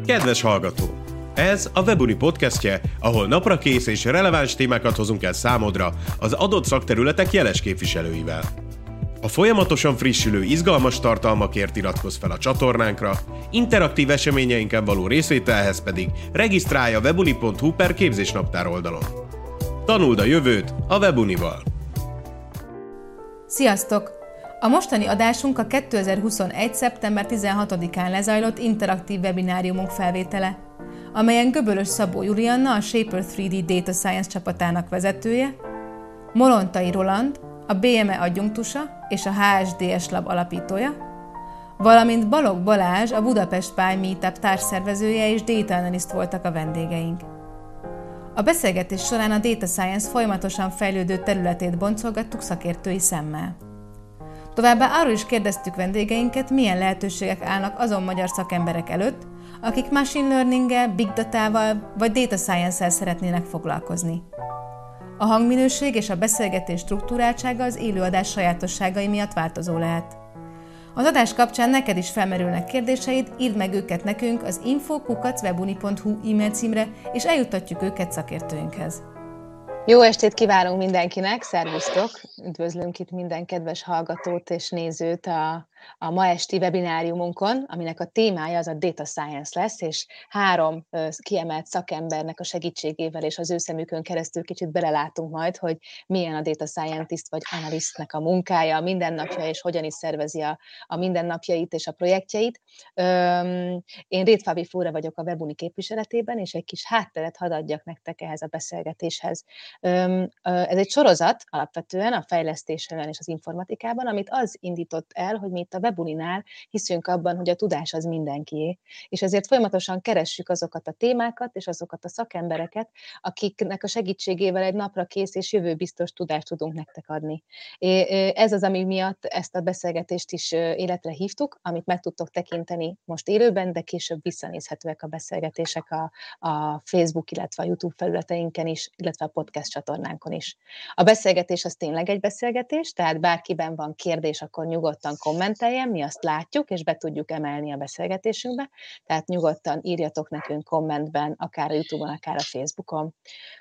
Kedves hallgató! Ez a Webuni podcastje, ahol naprakész és releváns témákat hozunk el számodra az adott szakterületek jeles képviselőivel. A folyamatosan frissülő, izgalmas tartalmakért iratkozz fel a csatornánkra, interaktív eseményeinken való részvételhez pedig regisztrálj a webuni.hu/képzésnaptár oldalon. Tanuld a jövőt a Webunival! Sziasztok! A mostani adásunk a 2021. szeptember 16-án lezajlott interaktív webináriumunk felvétele, amelyen Göbölös Szabó Julianna, a Shaper 3D Data Science csapatának vezetője, Molontai Roland, a BME adjunktusa és a HSDS Lab alapítója, valamint Balogh Balázs, a Budapest Pi Meetup társszervezője és Data Analyst voltak a vendégeink. A beszélgetés során a Data Science folyamatosan fejlődő területét boncolgattuk szakértői szemmel. Továbbá arról is kérdeztük vendégeinket, milyen lehetőségek állnak azon magyar szakemberek előtt, akik machine learninggel, big datával vagy data science-el szeretnének foglalkozni. A hangminőség és a beszélgetés struktúráltsága az élőadás sajátosságai miatt változó lehet. Az adás kapcsán neked is felmerülnek kérdéseid, írd meg őket nekünk az info@webuni.hu e-mail címre, és eljuttatjuk őket szakértőinkhez. Jó estét kívánunk mindenkinek, szervusztok! Üdvözlünk itt minden kedves hallgatót és nézőt a ma esti webináriumunkon, aminek a témája az a Data Science lesz, és 3 kiemelt szakembernek a segítségével és az ő szemükön keresztül kicsit belelátunk majd, hogy milyen a Data Scientist vagy Analystnek a munkája, a mindennapja, és hogyan is szervezi a mindennapjait és a projektjeit. Én Rétfábi Flóra vagyok a Webuni képviseletében, és egy kis hátteret hadd adjak nektek ehhez a beszélgetéshez. Ez egy sorozat alapvetően a fejlesztésben és az informatikában, amit az indított el, hogy mi itt a Webuninál hiszünk abban, hogy a tudás az mindenkié, és ezért folyamatosan keressük azokat a témákat és azokat a szakembereket, akiknek a segítségével egy napra kész és jövőbiztos tudást tudunk nektek adni. Ez az, ami miatt ezt a beszélgetést is életre hívtuk, amit meg tudtok tekinteni most élőben, de később visszanézhetőek a beszélgetések a Facebook, illetve a YouTube felületeinken is, illetve a podcast csatornánkon is. A beszélgetés az tényleg egy beszélgetés, tehát bárkiben van kérdés, akkor nyugodtan kommenteljen, mi azt látjuk, és be tudjuk emelni a beszélgetésünkbe, tehát nyugodtan írjatok nekünk kommentben, akár a YouTube-on, akár a Facebookon.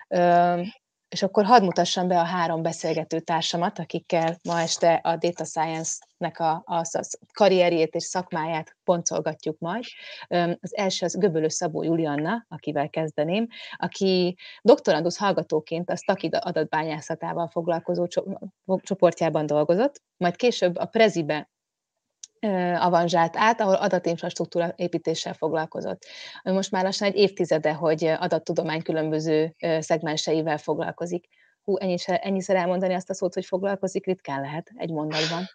És akkor hadd mutassam be a 3 beszélgető társamat, akikkel ma este a Data Science-nek a karrierjét és szakmáját boncolgatjuk majd. Az első az Göbölös Szabó Julianna, akivel kezdeném, aki doktorandusz hallgatóként a Staki adatbányászatával foglalkozó csoportjában dolgozott, majd később a Prezibe avanzsált át, ahol adatinfrastruktúra építéssel foglalkozott. Most már lassan egy évtizede, hogy adattudomány különböző szegmenseivel foglalkozik. Ennyiszer elmondani azt a szót, hogy foglalkozik, ritkán lehet egy mondatban.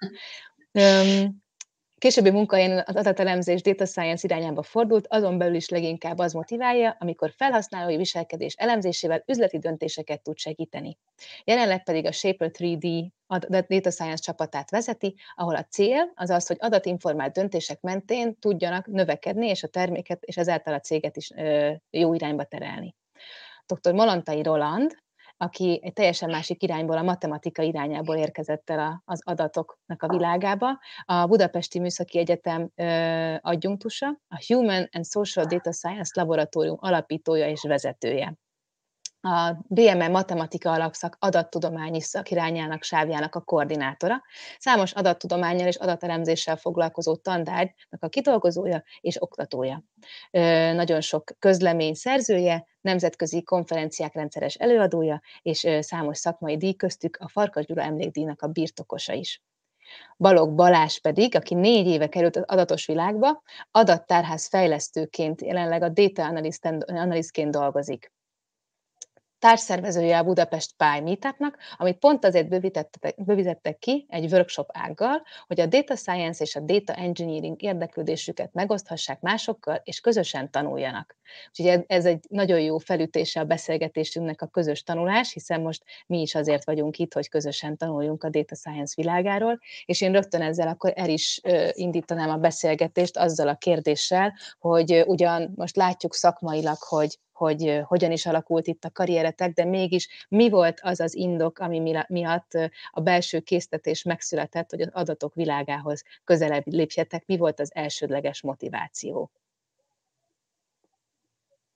Későbbi munkahelyen az adatelemzés Data Science irányába fordult, azon belül is leginkább az motiválja, amikor felhasználói viselkedés elemzésével üzleti döntéseket tud segíteni. Jelenleg pedig a Shaper 3D Data Science csapatát vezeti, ahol a cél az az, hogy adatinformált döntések mentén tudjanak növekedni, és a terméket, és ezáltal a céget is jó irányba terelni. Dr. Molontai Roland, aki egy teljesen másik irányból, a matematika irányából érkezett el az adatoknak a világába. A Budapesti Műszaki Egyetem adjunktusa, a Human and Social Data Science Laboratórium alapítója és vezetője. A BME matematika alapszak adattudományi szakirányának sávjának a koordinátora, számos adattudománnyal és adatelemzéssel foglalkozó tantárgynak a kidolgozója és oktatója. Nagyon sok közlemény szerzője, nemzetközi konferenciák rendszeres előadója, és számos szakmai díj, köztük a Farkas Gyula emlékdíjnak a birtokosa is. Balogh Balázs pedig, aki 4 éve került az adatos világba, adattárház fejlesztőként, jelenleg a Data Analystként dolgozik. Társszervezője a Budapest Pi Meetupnak, amit pont azért bővítettek ki egy workshop ággal, hogy a Data Science és a Data Engineering érdeklődésüket megoszthassák másokkal, és közösen tanuljanak. Úgyhogy ez egy nagyon jó felütése a beszélgetésünknek a közös tanulás, hiszen most mi is azért vagyunk itt, hogy közösen tanuljunk a Data Science világáról, és én rögtön ezzel akkor el is indítanám a beszélgetést azzal a kérdéssel, hogy ugyan most látjuk szakmailag, hogy hogyan is alakult itt a karrieretek, de mégis mi volt az az indok, ami miatt a belső késztetés megszületett, hogy az adatok világához közelebb lépjetek, mi volt az elsődleges motiváció?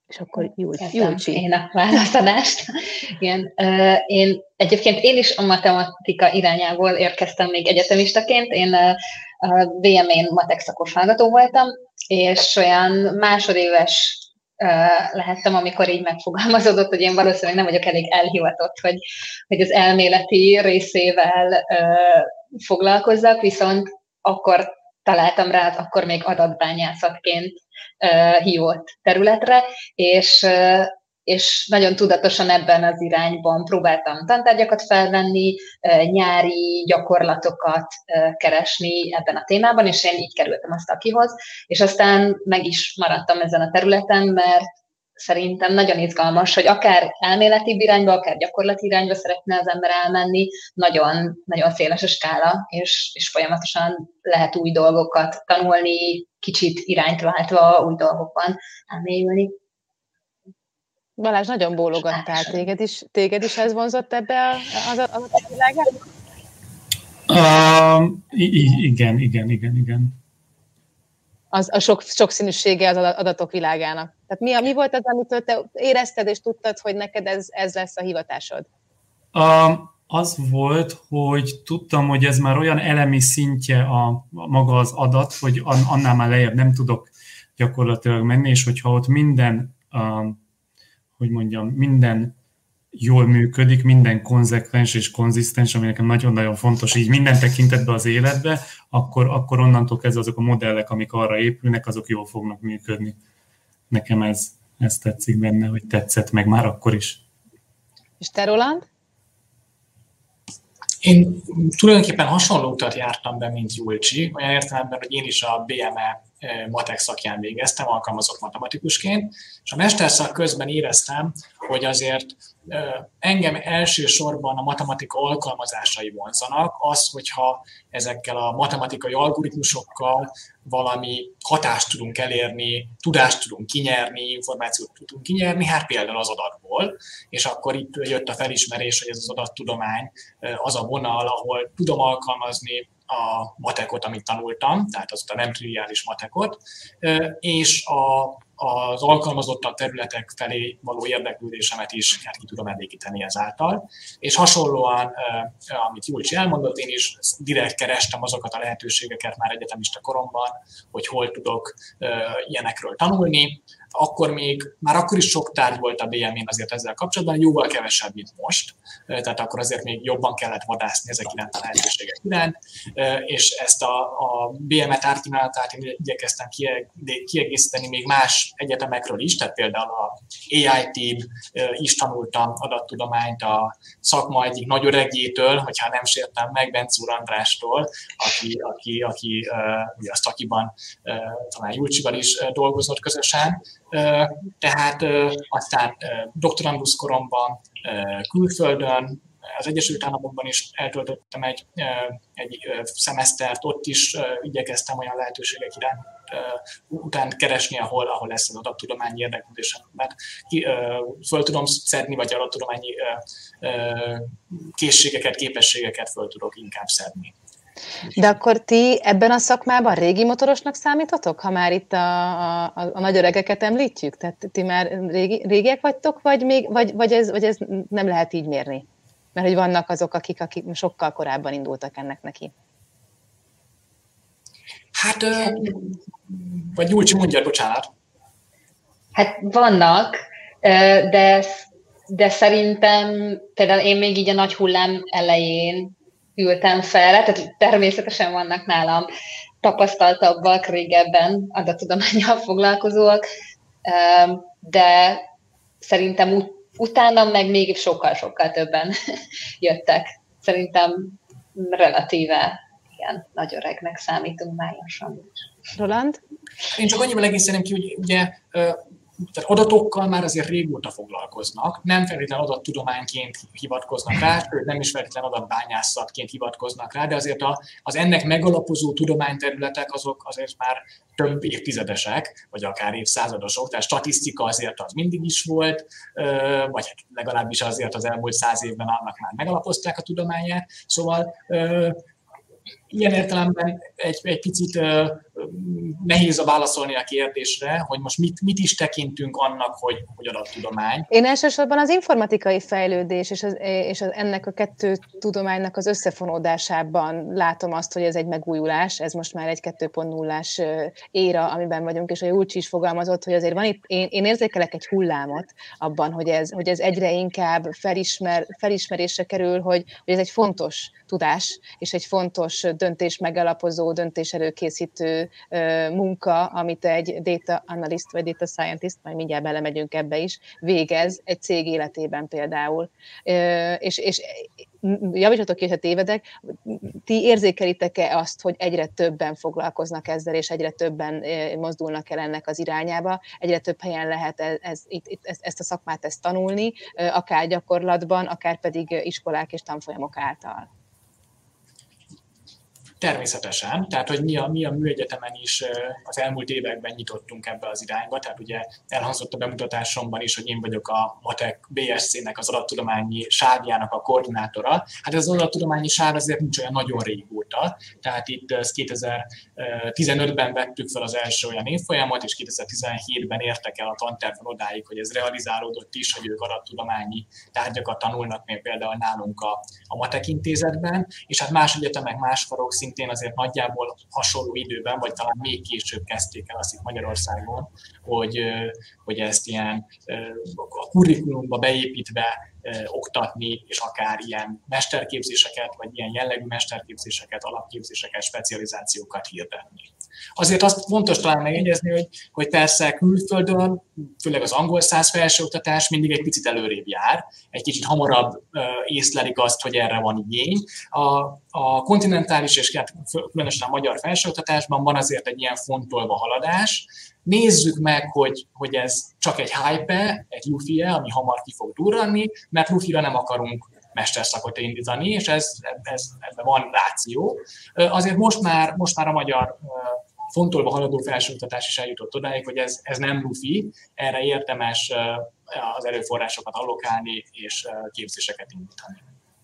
És akkor Julcsi. Én a válaszadást. Igen. Én is a matematika irányából érkeztem még egyetemistaként. Én a BME-n matek szakos hallgató voltam, és olyan másodéves lehettem, amikor így megfogalmazódott, hogy én valószínűleg nem vagyok elég elhivatott, hogy az elméleti részével foglalkozzak, viszont akkor találtam rá az akkor még adatbányászatként hívott területre, és nagyon tudatosan ebben az irányban próbáltam tantárgyakat felvenni, nyári gyakorlatokat keresni ebben a témában, és én így kerültem a szakihoz, és aztán meg is maradtam ezen a területen, mert szerintem nagyon izgalmas, hogy akár elméleti irányba, akár gyakorlati irányba szeretne az ember elmenni, nagyon, nagyon széles a skála, és folyamatosan lehet új dolgokat tanulni, kicsit irányt váltva új dolgokban elmélyülni. Balázs, nagyon bólogattál. Téged is ez vonzott ebbe az világába? Igen. A sokszínűsége az adatok világának. Tehát mi volt az, amitől te érezted és tudtad, hogy neked ez lesz a hivatásod? Az volt, hogy tudtam, hogy ez már olyan elemi szintje maga az adat, hogy annál már lejjebb nem tudok gyakorlatilag menni, és hogyha ott minden jól működik, minden konzekvens és konzisztens, ami nekem nagyon-nagyon fontos, így minden tekintetben az életbe, akkor onnantól kezdve azok a modellek, amik arra épülnek, azok jól fognak működni. Nekem ez tetszik benne, hogy tetszett meg már akkor is. És te, Roland? Én tulajdonképpen hasonló utat jártam be, mint Julcsi, olyan értelemben, hogy én is a BME matek szakján végeztem, alkalmazott matematikusként, és a mesterszak közben éreztem, hogy azért engem elsősorban a matematika alkalmazásai vonzanak, az, hogyha ezekkel a matematikai algoritmusokkal valami hatást tudunk elérni, tudást tudunk kinyerni, információt tudunk kinyerni, hát például az adatból, és akkor itt jött a felismerés, hogy ez az adattudomány az a vonal, ahol tudom alkalmazni a matekot, amit tanultam, tehát az a nem triviális matekot, és az alkalmazottabb területek felé való érdeklődésemet is ki tudom elégíteni ezáltal. És hasonlóan, amit Julcsi elmondott, én is direkt kerestem azokat a lehetőségeket már egyetemista koromban, hogy hol tudok ilyenekről tanulni. Már akkor is sok tárgy volt a BME-n azért ezzel kapcsolatban, jóval kevesebb, mint most. Tehát akkor azért még jobban kellett vadászni ezek iránt a lehetőségek iránt, és ezt a BME tárgykínálatát én igyekeztem kiegészíteni még más egyetemekről is, tehát például a AIT-n is tanultam adattudományt a szakma egyik nagy öregjétől, hogyha nem sértem meg, Bencúr Andrástól, aki ugye a szakiban talán Julcsival is dolgozott közösen. Tehát aztán doktorandusz koromban külföldön, az Egyesült Államokban is eltöltöttem egy szemesztert, ott is igyekeztem olyan lehetőségek után keresni, ahol lesz az adattudományi érdeklődésem, mert föl tudom szedni, vagy adattudományi készségeket, képességeket föl tudok inkább szedni. De akkor ti ebben a szakmában régi motorosnak számítotok, ha már itt a nagy öregeket említjük? Tehát ti már régiek vagytok, vagy ez nem lehet így mérni? Mert hogy vannak azok, akik sokkal korábban indultak ennek neki. Hát, vagy Julcsi mondja, bocsánat. Hát vannak, de szerintem például én még így a nagy hullám elején ültem fel, tehát természetesen vannak nálam tapasztaltabbak, régebben adattudománnyal foglalkozóak, de szerintem utána meg még sokkal-sokkal többen jöttek. Szerintem relatíve ilyen nagy öregnek számítunk már lassan. Roland? Én csak annyival egészenem ki, hogy ugye tehát adatokkal már azért régóta foglalkoznak, nem feltétlenül adattudományként hivatkoznak rá, sőt nem is feltétlenül adatbányászatként hivatkoznak rá, de azért az ennek megalapozó tudományterületek azok azért már több évtizedesek, vagy akár évszázadosok, tehát statisztika azért az mindig is volt, vagy hát legalábbis azért az elmúlt 100 évben annak már megalapozták a tudományát, szóval ilyen értelemben egy picit nehéz válaszolni a kérdésre, hogy most mit is tekintünk annak, hogy adattudomány. Én elsősorban az informatikai fejlődés és ennek a kettő tudománynak az összefonódásában látom azt, hogy ez egy megújulás, ez most már egy 2.0-ás éra, amiben vagyunk, és a Julcsi is fogalmazott, hogy azért van itt, én érzékelek egy hullámot abban, hogy ez egyre inkább felismerésre kerül, hogy ez egy fontos tudás, és egy fontos döntés megalapozó, döntés előkészítő munka, amit egy data analyst vagy data scientist, majd mindjárt belemegyünk ebbe is, végez egy cég életében például. És javítsatok ki, ha tévedek, ti érzékelitek-e azt, hogy egyre többen foglalkoznak ezzel, és egyre többen mozdulnak el ennek az irányába, egyre több helyen lehet ezt a szakmát tanulni, akár gyakorlatban, akár pedig iskolák és tanfolyamok által? Természetesen, tehát hogy mi a műegyetemen is az elmúlt években nyitottunk ebbe az irányba, tehát ugye elhangzott a bemutatásomban is, hogy én vagyok a Matek BSC-nek az adattudományi sávjának a koordinátora. Hát ez az adattudományi sáv azért nincs olyan nagyon régóta, tehát itt 2015-ben vettük fel az első olyan évfolyamot, és 2017-ben értek el a tanterven odáig, hogy ez realizálódott is, hogy ők adattudományi tárgyakat tanulnak, még például nálunk a Matek intézetben, és hát más egyetemek, más karok szintén azért nagyjából hasonló időben, vagy talán még később kezdték el azt itt Magyarországon, hogy ezt ilyen a curriculumba beépítve oktatni, és akár ilyen mesterképzéseket, vagy ilyen jellegű mesterképzéseket, alapképzéseket, specializációkat hirdetni. Azért azt fontos talán megjegyezni, hogy persze külföldön, főleg az angol száz felsőoktatás mindig egy picit előrébb jár, egy kicsit hamarabb észlelik azt, hogy erre van igény. A kontinentális és különösen a magyar felsőoktatásban van azért egy ilyen fontolva haladás. Nézzük meg, hogy ez csak egy hype, egy lufi-e, ami hamar ki fog durranni, mert lufira nem akarunk mesterszakot indítani, és ebben van ráció. Azért most már a magyar fontolva haladó felsőoktatás is eljutott odáig, hogy ez nem lufi, erre érdemes az erőforrásokat allokálni és képzéseket indítani.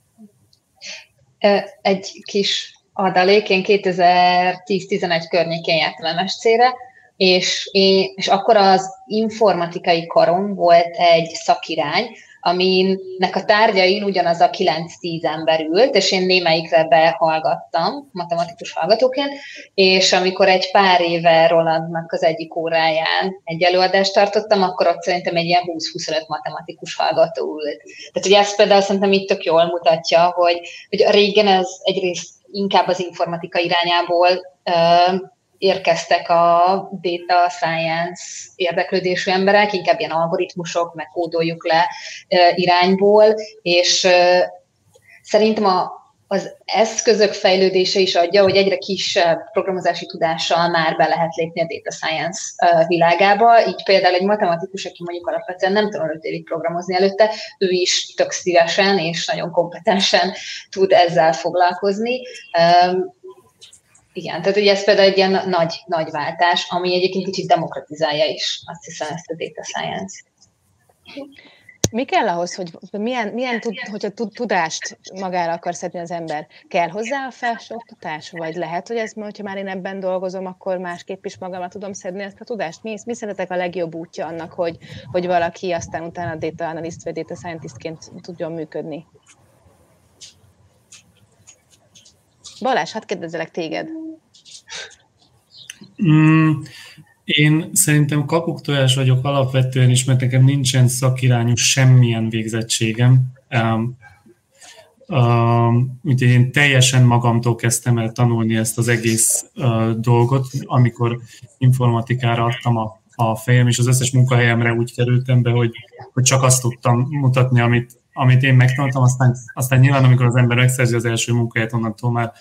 Egy kis adalék, én 2010-11 környékén jártam MSC-re, és akkor az informatikai karon volt egy szakirány, aminek a tárgyain ugyanaz a 9-10 ember ült, és én némelyikre behallgattam, matematikus hallgatóként, és amikor egy pár éve Rolandnak az egyik óráján egy előadást tartottam, akkor ott szerintem egy ilyen 20-25 matematikus hallgató ült. Tehát ugye ez például szerintem itt tök jól mutatja, hogy régen ez egyrészt inkább az informatika irányából érkeztek a data science érdeklődésű emberek, inkább ilyen algoritmusok, meg kódoljuk le irányból, és szerintem az eszközök fejlődése is adja, hogy egyre kisebb programozási tudással már be lehet lépni a data science világába. Így például egy matematikus, aki mondjuk alapvetően nem tanul 5 évig programozni előtte, ő is tök szívesen és nagyon kompetensen tud ezzel foglalkozni. Igen, tehát ugye ez például egy ilyen nagy váltás, ami egyébként kicsit demokratizálja is, azt hiszem, ezt a data science. Mi kell ahhoz, hogy hogyha tudást magára akar szedni az ember? Kell hozzá a felsőoktatás? Vagy lehet, hogy ez, hogyha már én ebben dolgozom, akkor másképp is magamra tudom szedni ezt a tudást? Mi szerintetek a legjobb útja annak, hogy valaki aztán utána data analyst vagy data scientistként tudjon működni? Balázs, hadd kérdezzelek téged. Én szerintem kapuktojás vagyok alapvetően is, mert nekem nincsen szakirányú semmilyen végzettségem. Úgyhogy én teljesen magamtól kezdtem el tanulni ezt az egész dolgot, amikor informatikára adtam a fejem, és az összes munkahelyemre úgy kerültem be, hogy csak azt tudtam mutatni, amit én megtanultam, aztán nyilván, amikor az ember megszerzi az első munkáját, onnantól már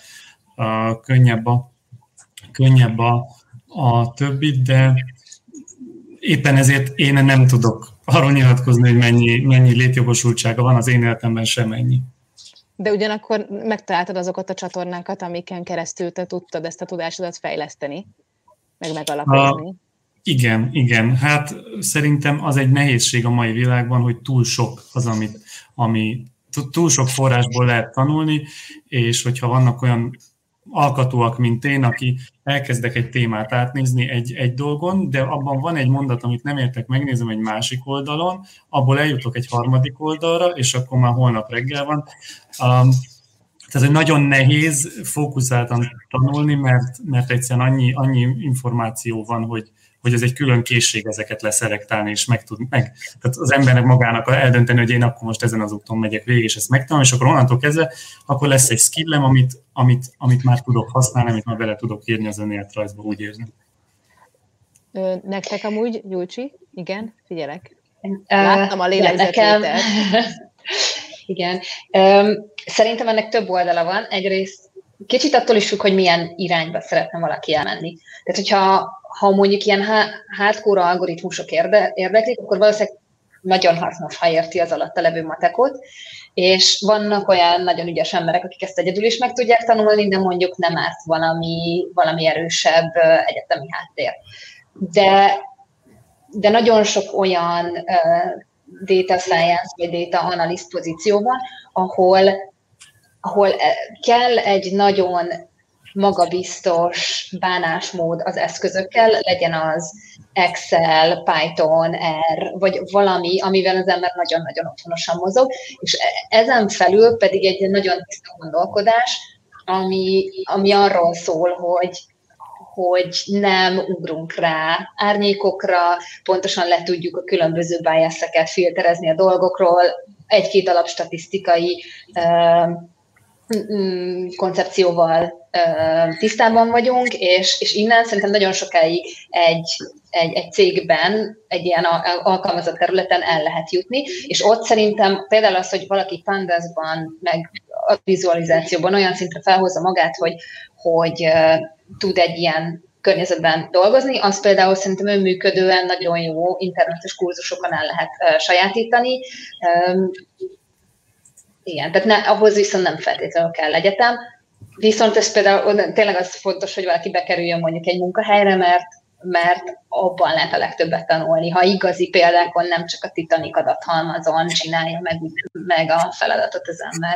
könnyebb a többit, de éppen ezért én nem tudok arról nyilatkozni, hogy mennyi létjogosultsága van, az én életemben sem ennyi. De ugyanakkor megtaláltad azokat a csatornákat, amiken keresztül te tudtad ezt a tudásodat fejleszteni, meg megalapozni. Igen. Hát szerintem az egy nehézség a mai világban, hogy túl sok az, ami túl sok forrásból lehet tanulni, és hogyha vannak olyan alkatúak, mint én, aki elkezdek egy témát átnézni egy dolgon, de abban van egy mondat, amit nem értek, megnézem egy másik oldalon, abból eljutok egy harmadik oldalra, és akkor már holnap reggel van. Tehát nagyon nehéz fókuszáltan tanulni, mert egyszerűen annyi információ van, hogy ez egy külön készség ezeket leszelektálni, és tehát az embernek magának eldönteni, hogy én akkor most ezen az úton megyek végig, és ezt megtanulom, és akkor onnantól kezdve, akkor lesz egy skillem, amit már tudok használni, amit már bele tudok írni az önéletrajzba, úgy érzem. Nektek amúgy, Gyulcsi? Igen, figyelek. Láttam a lélegzetvételt. Igen. Szerintem ennek több oldala van. Egyrészt kicsit attól is függ, hogy milyen irányba szeretne valaki elmenni. Tehát, hogyha mondjuk ilyen hardcore algoritmusok érdeklik, akkor valószínűleg nagyon hasznos, ha érti az alatta levő matekot, és vannak olyan nagyon ügyes emberek, akik ezt egyedül is meg tudják tanulni, de mondjuk nem árt valami erősebb egyetemi háttér. De nagyon sok olyan data science vagy data analyst pozíció van, ahol kell egy nagyon magabiztos bánásmód az eszközökkel, legyen az Excel, Python, R, vagy valami, amivel az ember nagyon-nagyon otthonosan mozog, és ezen felül pedig egy nagyon tiszta gondolkodás, ami arról szól, hogy nem ugrunk rá árnyékokra, pontosan le tudjuk a különböző bias-eket filterezni a dolgokról, egy-két alapstatisztikai koncepcióval tisztában vagyunk, és innen szerintem nagyon sokáig egy cégben, egy ilyen alkalmazott területen el lehet jutni, és ott szerintem például az, hogy valaki Pandasban, meg a vizualizációban olyan szintre felhozza magát, hogy tud egy ilyen környezetben dolgozni, az például szerintem önműködően nagyon jó internetes kurzusokon el lehet sajátítani. Igen, tehát ahhoz viszont nem feltétlenül kell egyetem. Viszont ez például tényleg az fontos, hogy valaki bekerüljön mondjuk egy munkahelyre, mert abban lehet a legtöbbet tanulni. Ha igazi példákon, nem csak a Titanic adathalmazon csinálja meg a feladatot az ember.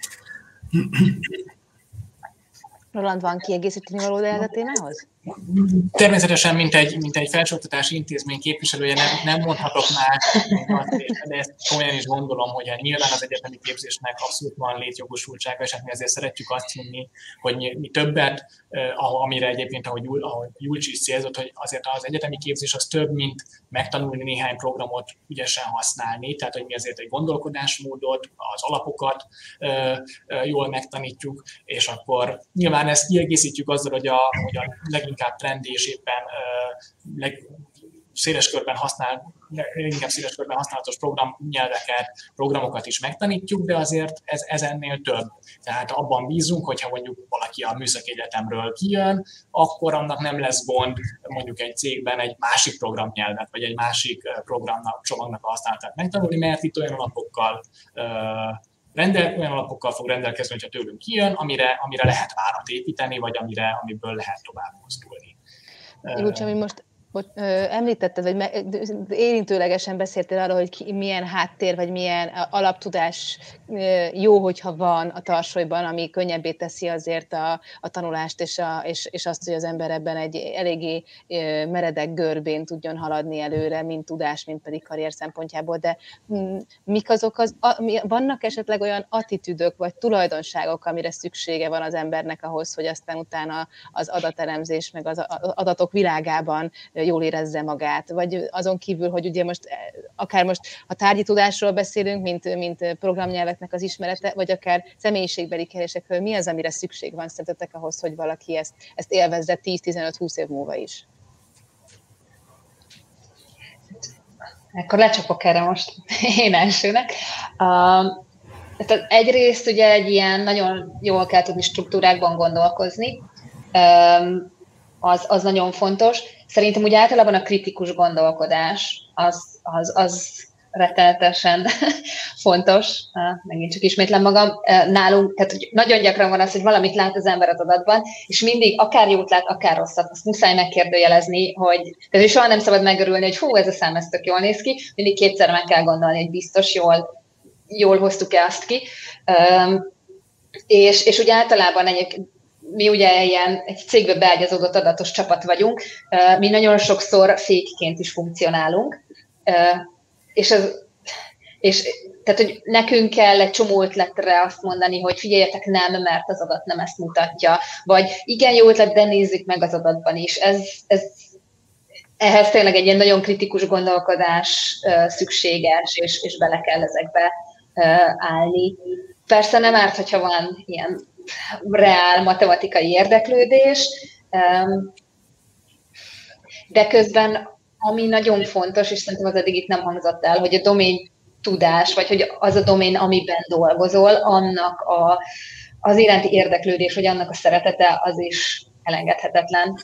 Roland, van kiegészíteni valód ehhez a témához? Természetesen, mint egy felsőoktatási intézmény képviselője nem mondhatok már, de ezt komolyan is gondolom, hogy nyilván az egyetemi képzésnek abszolút van létjogosultsága, és hát mi azért szeretjük azt hinni, hogy mi többet, amire egyébként, ahogy Gyulcsi is célzott, hogy azért az egyetemi képzés az több, mint megtanulni néhány programot ügyesen használni, tehát hogy mi azért egy gondolkodásmódot, az alapokat jól megtanítjuk, és akkor nyilván ezt kiegészítjük azzal, hogy a leginkább trendi és éppen széles körben használatos programnyelveket, programokat is megtanítjuk, de azért ez ennél több. Tehát abban bízunk, hogyha mondjuk valaki a műszaki egyetemről kijön, akkor annak nem lesz gond mondjuk egy cégben egy másik programnyelvet, vagy egy másik csomagnak a használatát megtanulni, mert itt olyan alapokkal fog rendelkezni, hogyha tőlünk kijön, amire lehet várat építeni, vagy amiből lehet tovább mozdulni. Gyulcsi, ami most említetted, vagy érintőlegesen beszéltél arról, hogy milyen háttér, vagy milyen alaptudás jó, hogyha van a tarsolyban, ami könnyebbé teszi azért a tanulást, és azt, hogy az ember ebben egy eléggé meredek görbén tudjon haladni előre, mind tudás, mind pedig karrier szempontjából. De mik azok vannak esetleg olyan attitűdök, vagy tulajdonságok, amire szüksége van az embernek ahhoz, hogy aztán utána az adatelemzés, meg az adatok világában jól érezze magát, vagy azon kívül, hogy ugye akár most a tárgyi tudásról beszélünk, mint programnyelveknek az ismerete, vagy akár személyiségbeli kérdésekről, mi az, amire szükség van szerintetek ahhoz, hogy valaki ezt élvezze 10-15-20 év múlva is? Akkor lecsapok erre most én elsőnek. Tehát egyrészt ugye egy ilyen nagyon jól kell tudni struktúrákban gondolkozni, az nagyon fontos. Szerintem úgy általában a kritikus gondolkodás az rettenetesen fontos. Megint csak ismétlem magam. Nálunk, tehát hogy nagyon gyakran van az, hogy valamit lát az ember az adatban, és mindig akár jót lát, akár rosszat. Azt muszáj megkérdőjelezni, tehát soha nem szabad megörülni, hogy hú, ez a szám, ez tök jól néz ki. Mindig kétszer meg kell gondolni, hogy biztos jól hoztuk-e azt ki. És úgy általában mi ugye egy cégbe beágyazódott adatos csapat vagyunk, mi nagyon sokszor fékként is funkcionálunk, és tehát, hogy nekünk kell egy csomó ötletre azt mondani, hogy figyeljetek, nem, mert az adat nem ezt mutatja, vagy igen, jó ötlet, de nézzük meg az adatban is. Ehhez tényleg egy ilyen nagyon kritikus gondolkodás szükséges, és bele kell ezekbe állni. Persze nem árt, hogyha van ilyen reál matematikai érdeklődés, de közben ami nagyon fontos, és szerintem az eddig itt nem hangzott el, hogy a domén tudás, vagy hogy az a domén, amiben dolgozol, annak az iránti érdeklődés, vagy annak a szeretete, az is elengedhetetlen.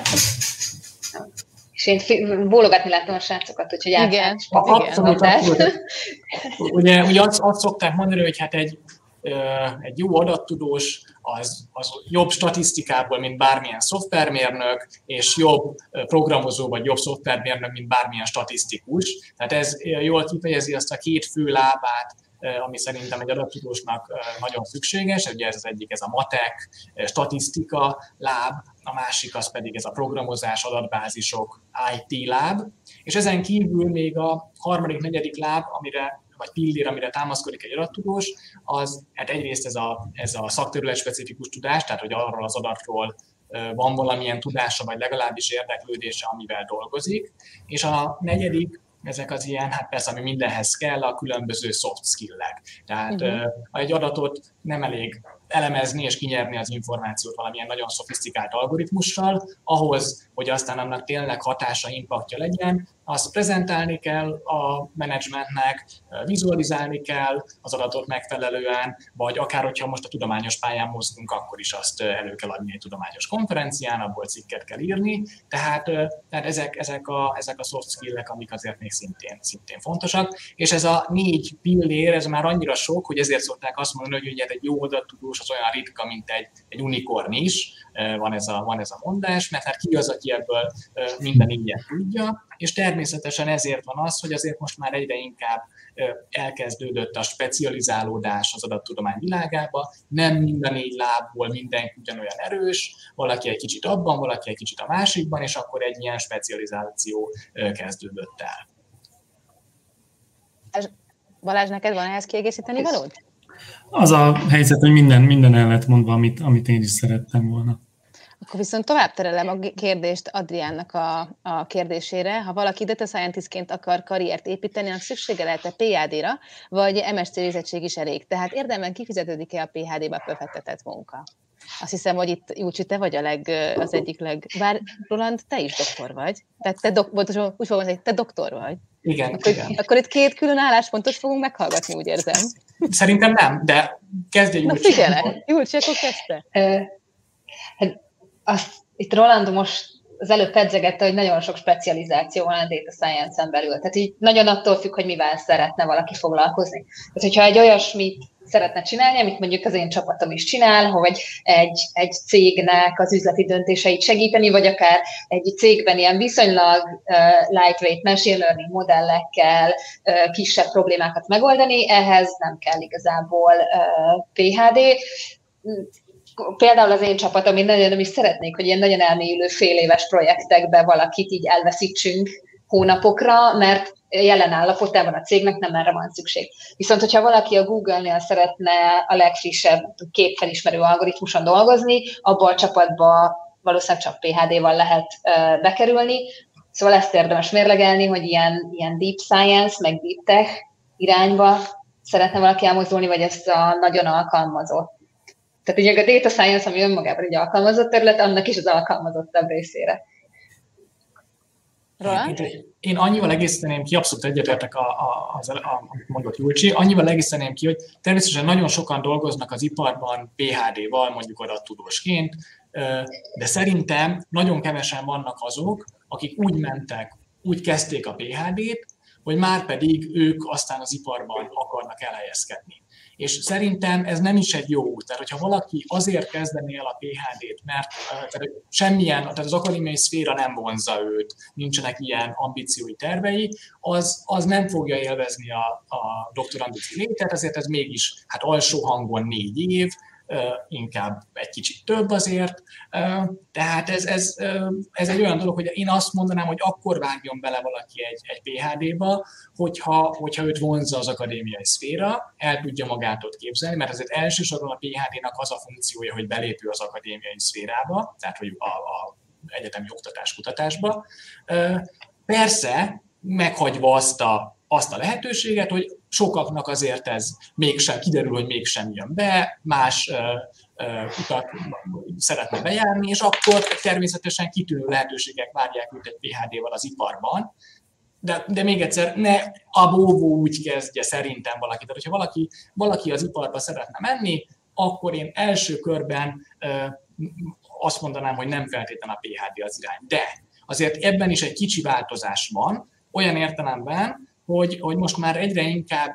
És én bólogatni láttam a srácokat, úgyhogy igen. Abszolút. Ugye azt szokták mondani, hogy hát egy jó adattudós az jobb statisztikából, mint bármilyen szoftvermérnök, és jobb programozó vagy jobb szoftvermérnök, mint bármilyen statisztikus. Tehát ez jól kifejezi azt a két fő lábát, ami szerintem egy adattudósnak nagyon szükséges. Ugye ez az egyik, ez a matek, statisztika láb, a másik az pedig ez a programozás, adatbázisok, IT láb. És ezen kívül még a harmadik, negyedik láb, vagy pillér, amire támaszkodik egy adattudós, az hát egyrészt ez a szakterület specifikus tudás, tehát hogy arról az adatról van valamilyen tudása, vagy legalábbis érdeklődése, amivel dolgozik. És a negyedik, ezek az ilyen, hát persze, ami mindenhez kell, a különböző soft skill-ek. Tehát egy adatot nem elég elemezni és kinyerni az információt valamilyen nagyon szofisztikált algoritmussal, ahhoz, hogy aztán annak tényleg hatása, impaktja legyen, azt prezentálni kell a menedzsmentnek, vizualizálni kell az adatot megfelelően, vagy akár, hogyha most a tudományos pályán mozgunk, akkor is azt elő kell adni egy tudományos konferencián, abból cikket kell írni. Tehát ezek a soft skill-ek, amik azért még szintén fontosak. És ez a 4 pillér, ez már annyira sok, hogy ezért szokták azt mondani, hogy egy jó adattudós az olyan ritka, mint egy unikorn is, van ez a mondás, mert hát ki az, aki ebből minden ingyen tudja, és természetesen ezért van az, hogy azért most már egyre inkább elkezdődött a specializálódás az adattudomány világába, nem minden 4 lábból mindenki ugyanolyan erős, valaki egy kicsit abban, valaki egy kicsit a másikban, és akkor egy ilyen specializáció kezdődött el. Balázs, neked van ehhez kiegészíteni valód? Az a helyzet, hogy minden el lett mondva, amit én is szerettem volna. Akkor viszont tovább terelem a kérdést Adriánnak a kérdésére. Ha valaki data scientistként akar karriert építeni, annak szüksége lehet-e PhD-ra, vagy MSc végzettség is elég? Tehát érdemben kifizetődik-e a PhD-be befektetett munka? Azt hiszem, hogy itt, Júlcsi, te vagy az egyik bár Roland, te is doktor vagy. Tehát úgy fogom mondani, hogy te doktor vagy. Igen. Akkor itt 2 külön álláspontot fogunk meghallgatni, úgy érzem. Szerintem nem, de kezdj Júlcsi. Na figyelek, Júlcsi, akkor kezdte. Itt Roland most az előbb pedzegette, hogy nagyon sok specializáció van a data science-en belül. Tehát így nagyon attól függ, hogy mivel szeretne valaki foglalkozni. Tehát, hogyha egy olyasmit szeretne csinálni, amit mondjuk az én csapatom is csinál, hogy egy cégnek az üzleti döntéseit segíteni, vagy akár egy cégben ilyen viszonylag lightweight machine learning modellekkel kisebb problémákat megoldani, ehhez nem kell igazából PhD. Például az én csapatom, én nagyon nem is szeretnék, hogy ilyen nagyon elmélyülő féléves projektekbe valakit így elveszítsünk hónapokra, mert jelen állapotában a cégnek nem erre van szükség. Viszont, hogyha valaki a Google-nél szeretne a legfrissebb képfelismerő algoritmuson dolgozni, abban a csapatban valószínűleg csak PhD-val lehet bekerülni. Szóval ezt érdemes mérlegelni, hogy ilyen deep science, meg deep tech irányba szeretne valaki elmozdulni, vagy ezt a nagyon alkalmazott. Tehát ugye a data science, ami önmagában egy alkalmazott terület, annak is az alkalmazottabb részére. Roland? Én annyival egészíteném ki, abszolút egyetértek amit mondott Júlcsi, annyival egészíteném ki, hogy természetesen nagyon sokan dolgoznak az iparban PhD-val, mondjuk adattudósként, de szerintem nagyon kevesen vannak azok, akik úgy kezdték a PhD-t, hogy már pedig ők aztán az iparban akarnak elhelyezkedni. És szerintem ez nem is egy jó út. Tehát, hogyha valaki azért kezdené el a PhD-t, mert tehát az akadémiai szféra nem vonzza őt, nincsenek ilyen ambíciói tervei, az nem fogja élvezni a doktorandusi létet, ezért ez mégis alsó hangon 4 év, inkább egy kicsit több azért. Tehát ez egy olyan dolog, hogy én azt mondanám, hogy akkor vágjon bele valaki egy PhD-ba, hogyha őt vonzza az akadémiai szféra, el tudja magát ott képzelni, mert azért elsősorban a PhD-nak az a funkciója, hogy belépő az akadémiai szférába, tehát hogy a egyetemi oktatás kutatásba. Persze, meghagyva azt a lehetőséget, hogy sokaknak azért ez mégsem kiderül, hogy mégsem jön be, más utat szeretne bejárni, és akkor természetesen kitűnő lehetőségek várják őt egy PhD-val az iparban. De még egyszer, ne a bóvó úgy kezdje szerintem valaki. Tehát, hogyha valaki az iparba szeretne menni, akkor én első körben azt mondanám, hogy nem feltétlenül a PhD az irány. De azért ebben is egy kicsi változás van, olyan értelemben, hogy most már egyre inkább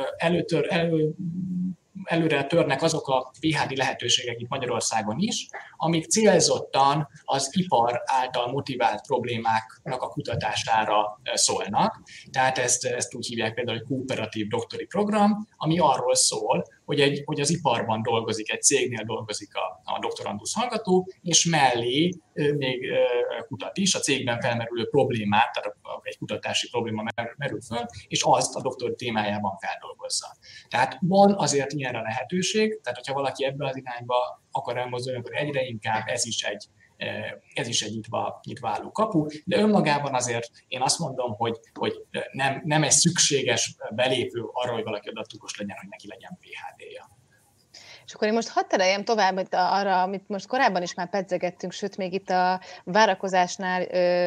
előre törnek azok a PhD lehetőségek itt Magyarországon is, amik célzottan az ipar által motivált problémáknak a kutatására szólnak. Tehát ezt úgy hívják például, hogy kooperatív doktori program, ami arról szól, hogy az iparban dolgozik, egy cégnél dolgozik a doktorandusz hallgató, és mellé még kutat is, a cégben felmerülő problémát, tehát egy kutatási probléma merül föl, és azt a doktori témájában feldolgozza. Tehát van azért ilyenre lehetőség, tehát hogyha valaki ebbe az irányba akar elmozdulni, akkor egyre inkább ez is egy nyitva álló kapu, de önmagában azért én azt mondom, hogy nem egy szükséges belépő arra, hogy valaki adattudós legyen, hogy neki legyen PhD-ja. És akkor én most hadd tereljem tovább arra, amit most korábban is már pedzegettünk, sőt, még itt a várakozásnál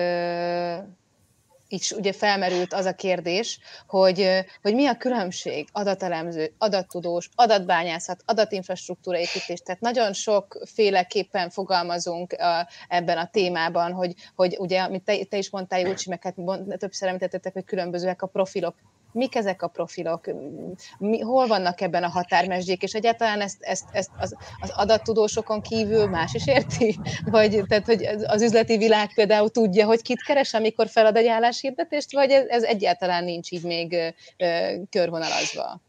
így ugye felmerült az a kérdés, hogy mi a különbség adatelemző, adattudós, adatbányászat, adatinfrastruktúra építés. Tehát nagyon sokféleképpen fogalmazunk ebben a témában, hogy ugye, amit te is mondtál, Júlcsi, meg hát többször említettetek, hogy különbözőek a profilok. Mik ezek a profilok? Hol vannak ebben a határmesdjék? És egyáltalán ezt az adattudósokon kívül más is érti? Vagy tehát, hogy az üzleti világ például tudja, hogy kit keres, amikor felad egy álláshirdetést, vagy ez egyáltalán nincs így még körvonalazva?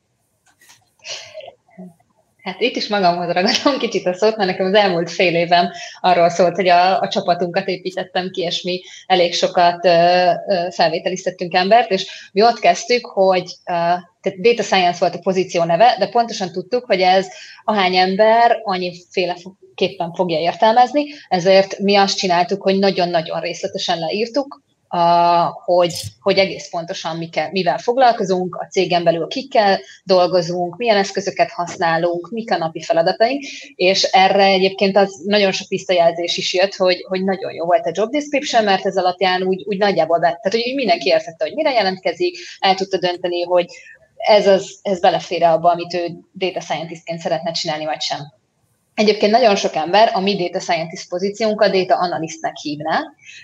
Hát itt is magamhoz ragadom kicsit a szót, mert nekem az elmúlt fél évem arról szólt, hogy a csapatunkat építettem ki, és mi elég sokat felvételiztettünk embert, és mi ott kezdtük, hogy tehát Data Science volt a pozíció neve, de pontosan tudtuk, hogy ez ahány ember annyiféleképpen fogja értelmezni, ezért mi azt csináltuk, hogy nagyon-nagyon részletesen leírtuk, hogy egész pontosan mivel foglalkozunk, a cégen belül kikkel dolgozunk, milyen eszközöket használunk, mik a napi feladataink, és erre egyébként az nagyon sok visszajelzés is jött, hogy nagyon jó volt a job description, mert ez alapján úgy nagyjából, tehát hogy mindenki értette, hogy mire jelentkezik, el tudta dönteni, hogy ez belefér abba, amit ő data scientistként szeretne csinálni, vagy sem. Egyébként nagyon sok ember a mi data scientist pozíciónkat data analystnek hívná.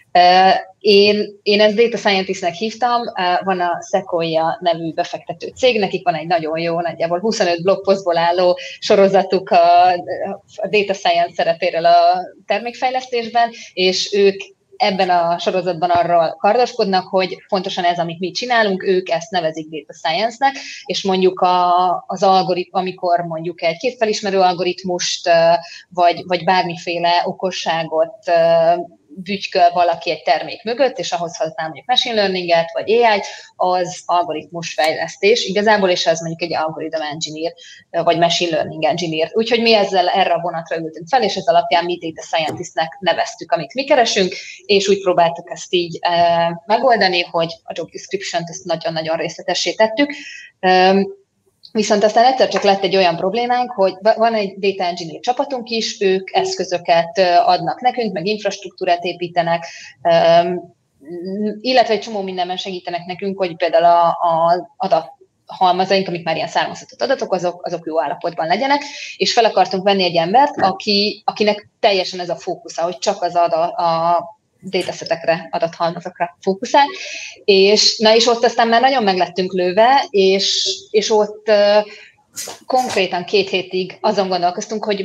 Én ezt data scientistnek hívtam, van a Sequoia nevű befektető cég, nekik van egy nagyon jó, nagyjából 25 blogposztból álló sorozatuk a data science szerepéről a termékfejlesztésben, és ők ebben a sorozatban arról kardoskodnak, hogy pontosan ez, amit mi csinálunk, ők ezt nevezik data science-nek, és mondjuk az algoritmus, amikor mondjuk egy képfelismerő algoritmust, vagy bármiféle okosságot bütyköl valaki egy termék mögött, és ahhoz használ mondjuk machine learninget, vagy AI-t, az algoritmus fejlesztés igazából, és ez mondjuk egy algorithm engineer, vagy machine learning engineer. Úgyhogy mi ezzel erre a vonatra ültünk fel, és ez alapján mi data scientistnek neveztük, amit mi keresünk, és úgy próbáltuk ezt így megoldani, hogy a job description-t ezt nagyon-nagyon részletessé tettük. Viszont aztán egyszer csak lett egy olyan problémánk, hogy van egy data engineer csapatunk is, ők eszközöket adnak nekünk, meg infrastruktúrát építenek, illetve egy csomó mindenben segítenek nekünk, hogy például az adathalmazaink, amik már ilyen származtatott adatok, azok jó állapotban legyenek, és fel akartunk venni egy embert, akinek teljesen ez a fókusza, hogy csak az a datasetekre, adathalmazokra fókuszál, és ott aztán már nagyon meglettünk lőve, és ott konkrétan 2 hétig azon gondolkoztunk, hogy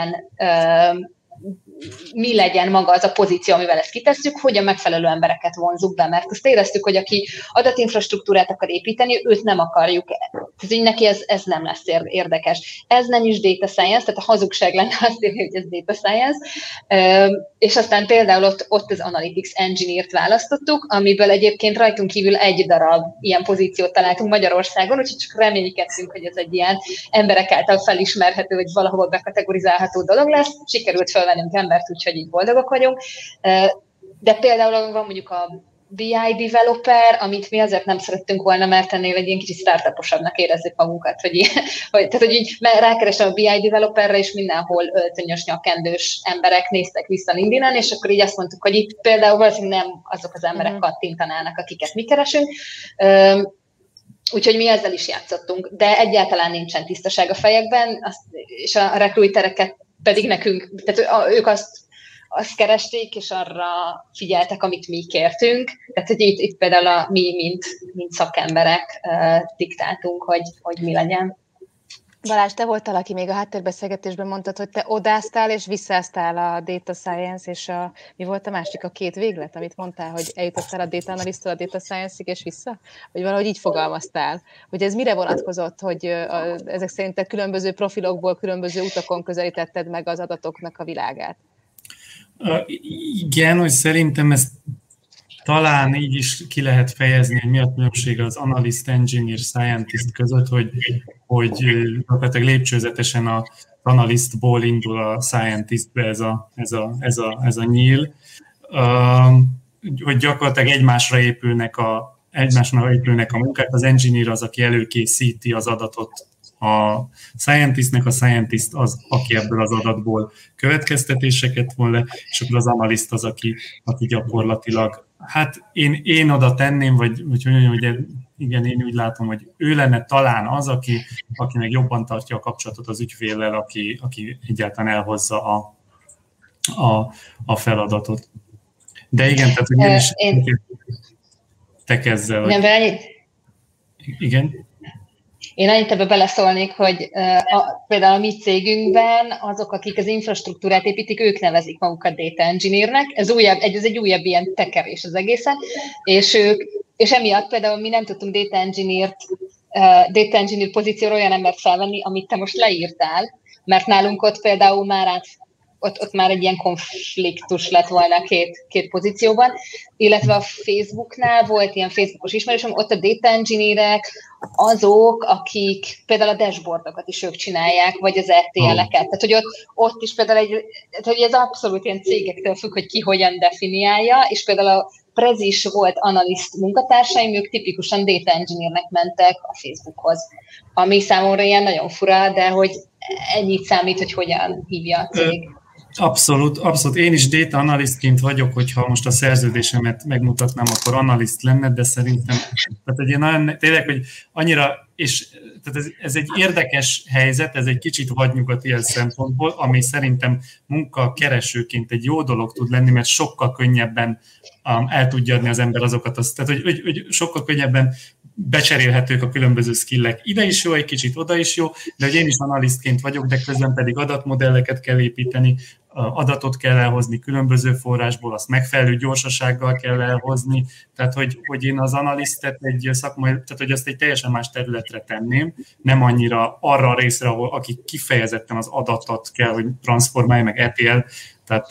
mi legyen maga az a pozíció, amivel ezt kitesszük, hogy a megfelelő embereket vonzuk be, mert azt éreztük, hogy aki adatinfrastruktúrát akar építeni, őt nem akarjuk Tehát neki ez nem lesz érdekes. Ez nem is data science, tehát a hazugság lenne azt írni, hogy ez data science. És aztán például ott az Analytics Engineer-t választottuk, amiből egyébként rajtunk kívül egy darab ilyen pozíciót találtunk Magyarországon, úgyhogy csak reménykedtünk, hogy ez egy ilyen emberek által felismerhető, vagy valahol bekategorizálható dolog lesz. Sikerült felvennünk embert, úgyhogy így boldogok vagyunk. De például van mondjuk a BI developer, amit mi azért nem szerettünk volna, mert ennél egy ilyen kicsit startuposabbnak érezzük magunkat, tehát, hogy így rákerestem a BI developerre, és mindenhol öltönyös, nyakendős emberek néztek vissza LinkedIn-en, és akkor így azt mondtuk, hogy itt például valószínűleg nem azok az emberek kattintanának, akiket mi keresünk. Úgyhogy mi ezzel is játszottunk, de egyáltalán nincsen tisztaság a fejekben, és a recruitereket pedig nekünk, tehát ők azt keresték, és arra figyeltek, amit mi kértünk. Tehát, hogy itt például mi, mint szakemberek diktáltunk, hogy mi legyen. Balázs, te voltál, aki még a háttérbeszélgetésben mondtad, hogy te odáztál és visszáztál a data science, és mi volt a másik, a két véglet, amit mondtál, hogy eljutottál a data analyst-től a data science-ig és vissza? Vagy valahogy így fogalmaztál? Hogy ez mire vonatkozott, hogy ezek szerint te különböző profilokból, különböző utakon közelítetted meg az adatoknak a világát? Igen, hogy szerintem ezt talán így is ki lehet fejezni, hogy mi a különbség az analyst, engineer, scientist között, hogy gyakorlatilag lépcsőzetesen az analystból indul a scientistbe ez a nyíl, hogy gyakorlatilag egymásra épülnek a munkák, az engineer az, aki előkészíti az adatot a scientistnek, a scientist az, aki ebből az adatból következtetéseket von le, és akkor az analyst az, aki gyakorlatilag, hát én oda tenném, vagy igen, én úgy látom, hogy ő lenne talán az, aki meg jobban tartja a kapcsolatot az ügyféllel, aki egyáltalán elhozza a feladatot. De igen, tehát hogy én is tekezzel. Hogy... Igen? Én annyit ebbe beleszólnék, hogy például a mi cégünkben azok, akik az infrastruktúrát építik, ők nevezik magukat data engineernek. Ez egy újabb ilyen tekerés az egészen. És emiatt például mi nem tudtunk data engineer pozícióra olyan embert felvenni, amit te most leírtál, mert nálunk ott például ott már egy ilyen konfliktus lett volna két pozícióban, illetve a Facebooknál volt ilyen Facebookos ismerősöm, ott a data engineerek azok, akik például a dashboardokat is ők csinálják, vagy az RTL-eket. Tehát, hogy ott is például hogy ez abszolút ilyen cégektől függ, hogy ki hogyan definiálja, és például a Prezis volt analyst munkatársaim, ők tipikusan data engineernek mentek a Facebookhoz. Ami számomra ilyen nagyon fura, de hogy ennyit számít, hogy hogyan hívja a cég. Abszolút. Én is data analystként vagyok, hogyha most a szerződésemet megmutatnám, akkor analyst lenne, de szerintem tényleg, hogy annyira, és tehát ez egy érdekes helyzet, ez egy kicsit vadnyugat ilyen szempontból, ami szerintem munkakeresőként egy jó dolog tud lenni, mert sokkal könnyebben el tudja adni az ember azokat, tehát hogy sokkal könnyebben becserélhetők a különböző skillek. Ide is jó, egy kicsit oda is jó, de hogy én is analysztként vagyok, de közben pedig adatmodelleket kell építeni, adatot kell elhozni különböző forrásból, azt megfelelő gyorsasággal kell elhozni, tehát hogy én az analisztet egy szakmai, tehát hogy azt egy teljesen más területre tenném, nem annyira arra a részre, ahol aki kifejezetten az adatot kell, hogy transformálja, meg ETL, tehát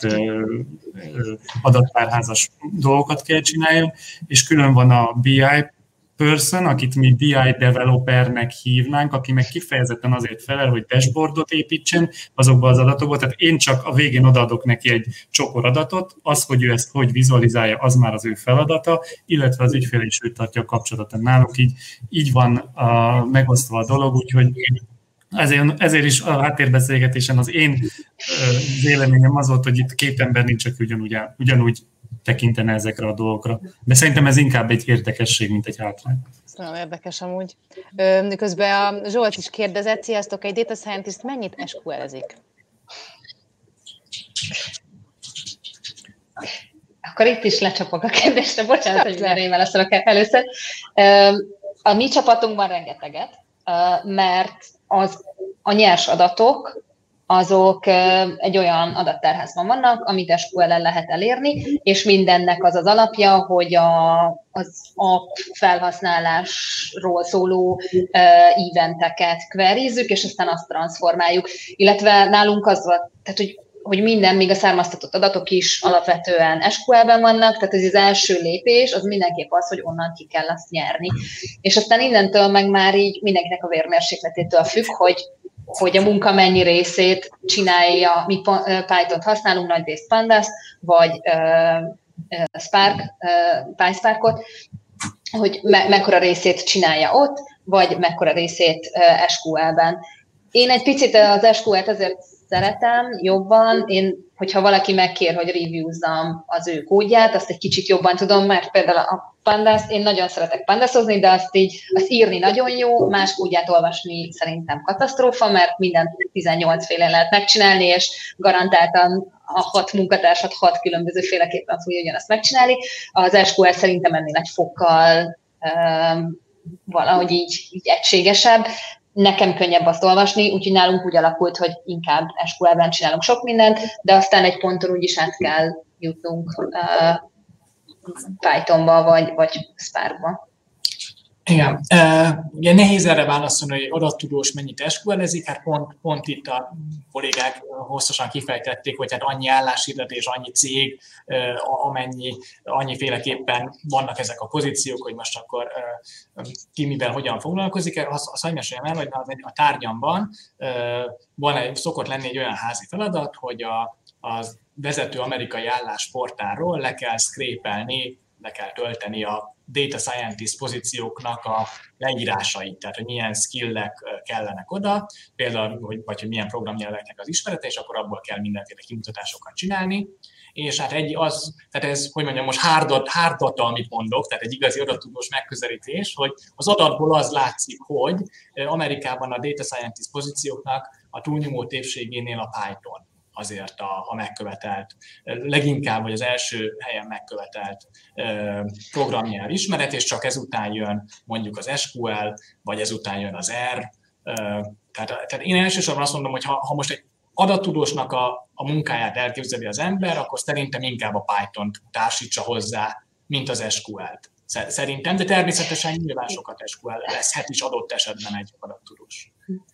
adattárházas dolgokat kell csináljon, és külön van a BI person, akit mi BI developernek hívnánk, aki meg kifejezetten azért felel, hogy dashboardot építsen azokba az adatokba, tehát én csak a végén odaadok neki egy csokor adatot, az, hogy ő ezt hogy vizualizálja, az már az ő feladata, illetve az ügyfél is ő tartja a kapcsolatot. Náluk így van megosztva a dolog, úgyhogy ezért is a háttérbeszélgetésen az én véleményem az volt, hogy itt két ember nincs, aki ugyanúgy tekintene ezekre a dolgokra. De szerintem ez inkább egy érdekesség, mint egy hátrány. Ez nagyon érdekes amúgy. Közben a Zsolt is kérdezett, sziasztok, egy data scientist mennyit SQL-ezik? Akkor itt is lecsapok a kérdésre, bocsánat, hogy mindenre én válaszolok először. A mi csapatunkban rengeteget, mert a nyers adatok, azok egy olyan adattárházban vannak, amit SQL-en lehet elérni, és mindennek az az alapja, hogy az app felhasználásról szóló eventeket queryzzük, és aztán azt transformáljuk. Illetve nálunk az volt, tehát hogy minden, még a származtatott adatok is alapvetően SQL-ben vannak, tehát ez az első lépés, az mindenképp az, hogy onnan ki kell azt nyerni. És aztán innentől meg már így mindenkinek a vérmérsékletétől függ, hogy a munka mennyi részét csinálja, mi Python-t használunk, nagyrészt Pandas, vagy PySpark-ot, hogy mekkora részét csinálja ott, vagy mekkora részét SQL-ben. Én egy picit az SQL-t azért szeretem jobban, hogyha valaki megkér, hogy reviewzzam az ő kódját, azt egy kicsit jobban tudom, mert például a Pandas, én nagyon szeretek pandasozni, de azt írni nagyon jó, más kódját olvasni szerintem katasztrófa, mert mindent 18 félen lehet megcsinálni, és garantáltan a 6 munkatársat 6 különböző féleképpen fogja ugyanazt megcsinálni. Az SQL szerintem ennél egy fokkal valahogy így egységesebb. Nekem könnyebb azt olvasni, úgyhogy nálunk úgy alakult, hogy inkább SQL-ben csinálunk sok mindent, de aztán egy ponton úgyis át kell jutnunk Pythonba vagy Sparkba. Igen. Ugye nehéz erre válaszolni, hogy adattudós mennyit SQL-ezik, hát pont itt a kollégák hosszasan kifejtették, hogy hát annyi álláshirdetés, annyi cég, annyiféleképpen vannak ezek a pozíciók, hogy most akkor ki mivel hogyan foglalkozik. Azt meséljem el, hogy a tárgyamban szokott lenni egy olyan házi feladat, hogy az vezető amerikai állásportálról le kell scrape-elni, le kell tölteni a data scientist pozícióknak a leírásait, tehát hogy milyen skillek kellenek oda, például, hogy milyen programnyelveknek az ismerete, és akkor abból kell mindenféle kimutatásokat csinálni. És hát tehát ez, hogy mondjam, most hard data, amit mondok, tehát egy igazi adattudós megközelítés, hogy az adatból az látszik, hogy Amerikában a data scientist pozícióknak a túlnyomó tévségénél a Python azért a megkövetelt, leginkább, vagy az első helyen megkövetelt programnyelv ismeret, és csak ezután jön mondjuk az SQL, vagy ezután jön az R. Tehát én elsősorban azt mondom, hogy ha most egy adattudósnak a munkáját elképzeli az ember, akkor szerintem inkább a Python-t társítsa hozzá, mint az SQL-t. Szerintem, de természetesen nyilván sokat SQL leszhet is adott esetben egy adattudós.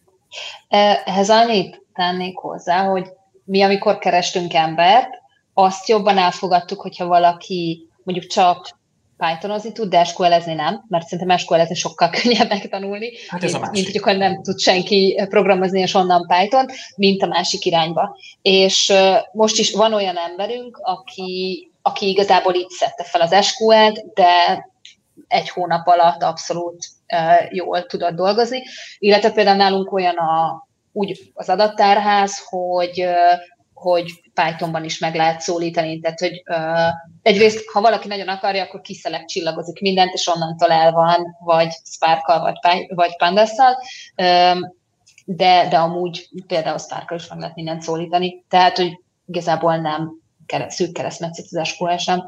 Ehhez annyit tennék hozzá, hogy mi, amikor kerestünk embert, azt jobban elfogadtuk, hogyha valaki mondjuk csak Pythonozni tud, de SQL-ezni nem, mert szerintem SQL-ezni sokkal könnyebb megtanulni, hát ez mint hogy akkor nem tud senki programozni, és onnan Python, mint a másik irányba. És most is van olyan emberünk, aki igazából így szedte fel az SQL-t, de egy hónap alatt abszolút jól tudott dolgozni. Illetve például nálunk olyan úgy az adattárház, hogy Pythonban is meg lehet szólítani, tehát hogy egyrészt, ha valaki nagyon akarja, akkor kiszelek csillagozik mindent, és onnantól el van, vagy Sparkkal, vagy Pandasszal, de amúgy például Sparkkal is meg lehet mindent szólítani, tehát hogy igazából nem szűk keresztmetszet az SQL sem.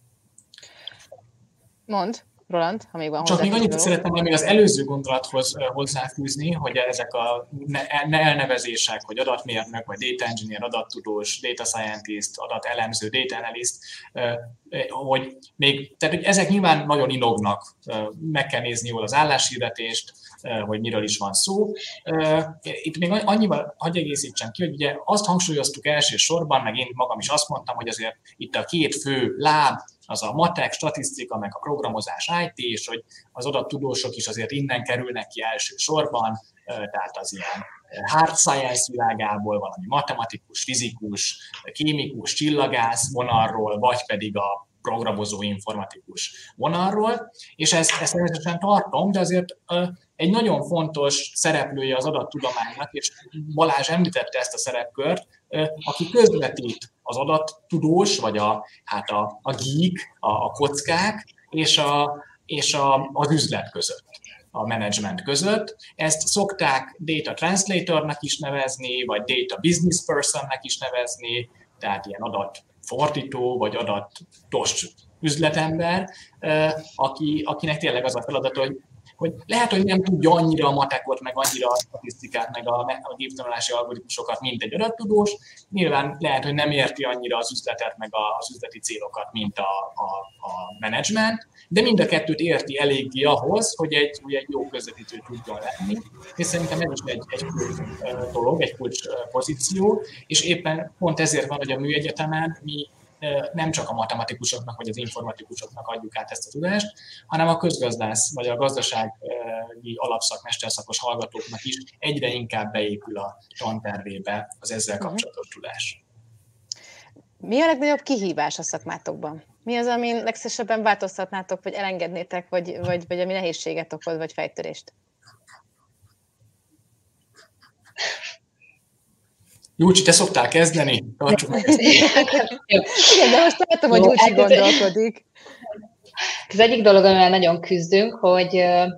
Mondd, Roland, ha még van hozzá. Csak még annyit szeretném még az előző gondolathoz hozzáfűzni, hogy ezek a elnevezések, hogy adatmérnök, vagy data engineer, adattudós, data scientist, adatelemző, data analyst, hogy ezek nyilván nagyon inognak, meg kell nézni jól az álláshirdetést, hogy miről is van szó. Itt még annyival hadd egészítsem ki, hogy ugye azt hangsúlyoztuk elsősorban, meg én magam is azt mondtam, hogy azért itt a két fő láb, az a matek, statisztika, meg a programozás IT, és hogy az adattudósok is azért innen kerülnek ki elsősorban, tehát az ilyen hard science világából, valami matematikus, fizikus, kémikus, csillagász vonalról, vagy pedig a programozó informatikus vonalról, és ezt természetesen tartom, de azért egy nagyon fontos szereplője az adattudománynak, és Balázs említette ezt a szerepkört, aki közvetít az adattudós, vagy a geek, a kockák, és az üzlet között, a management között. Ezt szokták data translatornak is nevezni, vagy data business personnek is nevezni, tehát ilyen adatfordító, vagy adatos üzletember, akinek tényleg az a feladat, hogy hogy lehet, hogy nem tudja annyira a matekot, meg annyira a statisztikát, meg a géptanulási algoritmusokat, mint egy adattudós. Nyilván lehet, hogy nem érti annyira az üzletet, meg az üzleti célokat, mint a menedzsment, de mind a kettőt érti eléggé ahhoz, hogy egy jó közvetítő tudjon lenni. És szerintem ez is egy kulcs dolog, egy kulcs pozíció, és éppen pont ezért van, hogy a műegyetemen mi nem csak a matematikusoknak vagy az informatikusoknak adjuk át ezt a tudást, hanem a közgazdász vagy a gazdasági alapszak-mesterszakos hallgatóknak is egyre inkább beépül a tantervébe az ezzel kapcsolatos tudás. Mi a legnagyobb kihívás a szakmátokban? Mi az, amin legszívesebben változtatnátok, vagy elengednétek, vagy ami nehézséget okoz, vagy fejtörést? Júlcsi, te szoktál kezdeni? Tartsuk meg ezt. Igen, de most látom, hogy Júlcsi gondolkodik. Az egyik dolog, amivel nagyon küzdünk, hogy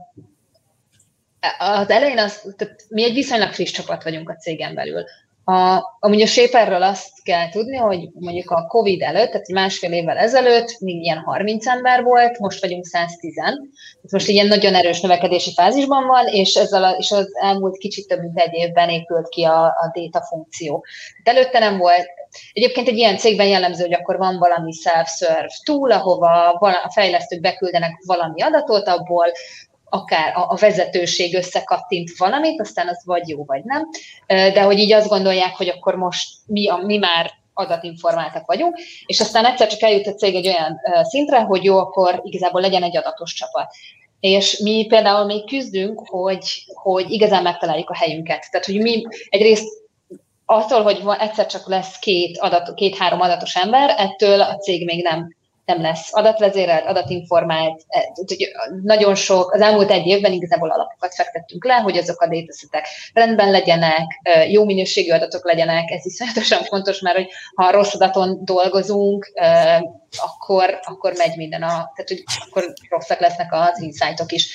az elején mi egy viszonylag friss csapat vagyunk a cégen belül. Amúgy a Shaperről azt kell tudni, hogy mondjuk a Covid előtt, tehát másfél évvel ezelőtt még ilyen 30 ember volt, most vagyunk 110. Most ilyen nagyon erős növekedési fázisban van, és és az elmúlt kicsit több mint egy évben épült ki a data funkció. Tehát előtte nem volt. Egyébként egy ilyen cégben jellemző, hogy akkor van valami self-serve tool, ahova a fejlesztők beküldenek valami adatot, abból akár a vezetőség összekattint valamit, aztán az vagy jó, vagy nem, de hogy így azt gondolják, hogy akkor most mi már adatinformáltak vagyunk, és aztán egyszer csak eljut a cég egy olyan szintre, hogy jó, akkor igazából legyen egy adatos csapat. És mi például még küzdünk, hogy igazán megtaláljuk a helyünket. Tehát, hogy mi egyrészt attól, hogy egyszer csak lesz két-három adatos ember, ettől a cég még nem lesz adatvezérelt, adatinformált, nagyon sok, az elmúlt egy évben igazából alapokat fektettünk le, hogy azok a datasetek rendben legyenek, jó minőségű adatok legyenek, ez iszonyatosan fontos, mert hogy ha rossz adaton dolgozunk, akkor megy minden, tehát hogy akkor rosszak lesznek az insightok is.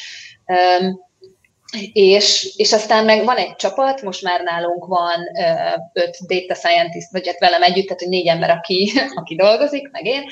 És aztán meg van egy csapat, most már nálunk van 5 data scientist, vagy hát velem együtt, tehát hogy 4 ember, aki dolgozik, meg én,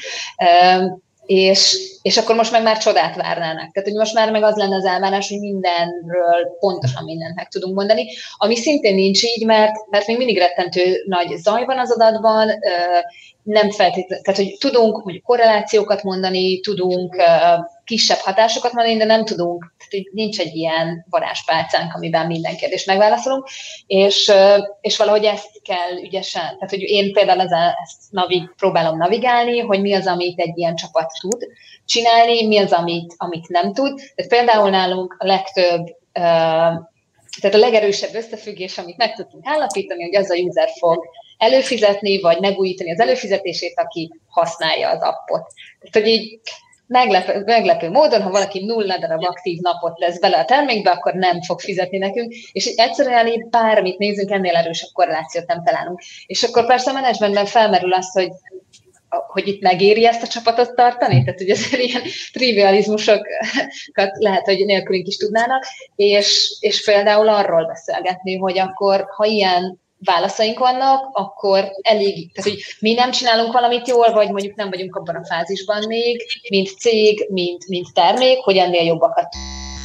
és akkor most meg már csodát várnának. Tehát, hogy most már meg az lenne az elvárás, hogy mindenről pontosan mindent meg tudunk mondani, ami szintén nincs így, mert még mindig rettentő nagy zaj van az adatban, nem feltétlenül, tehát, hogy tudunk mondjuk korrelációkat mondani, tudunk kisebb hatásokat mondani, de nem tudunk, tehát, hogy nincs egy ilyen varázspálcánk, amiben minden kérdést megválaszolunk, és valahogy ezt kell ügyesen, tehát, hogy én például ezt próbálom navigálni, hogy mi az, amit egy ilyen csapat tud csinálni, mi az, amit nem tud. Tehát például nálunk a legtöbb, tehát a legerősebb összefüggés, amit meg tudtunk állapítani, hogy az a user fog előfizetni, vagy megújítani az előfizetését, aki használja az appot. Tehát, hogy így meglepő módon, ha valaki 0 darab aktív napot lesz bele a termékbe, akkor nem fog fizetni nekünk, és egyszerűen bármit nézzünk, ennél erősebb korrelációt nem találunk. És akkor persze a menedzsmentben felmerül az, hogy itt megéri ezt a csapatot tartani, tehát hogy ezért ilyen trivializmusokat lehet, hogy nélkülünk is tudnának, és például arról beszélgetni, hogy akkor, ha ilyen válaszaink vannak, akkor elég, tehát hogy mi nem csinálunk valamit jól, vagy mondjuk nem vagyunk abban a fázisban még, mint cég, mint termék, hogy ennél jobbakat.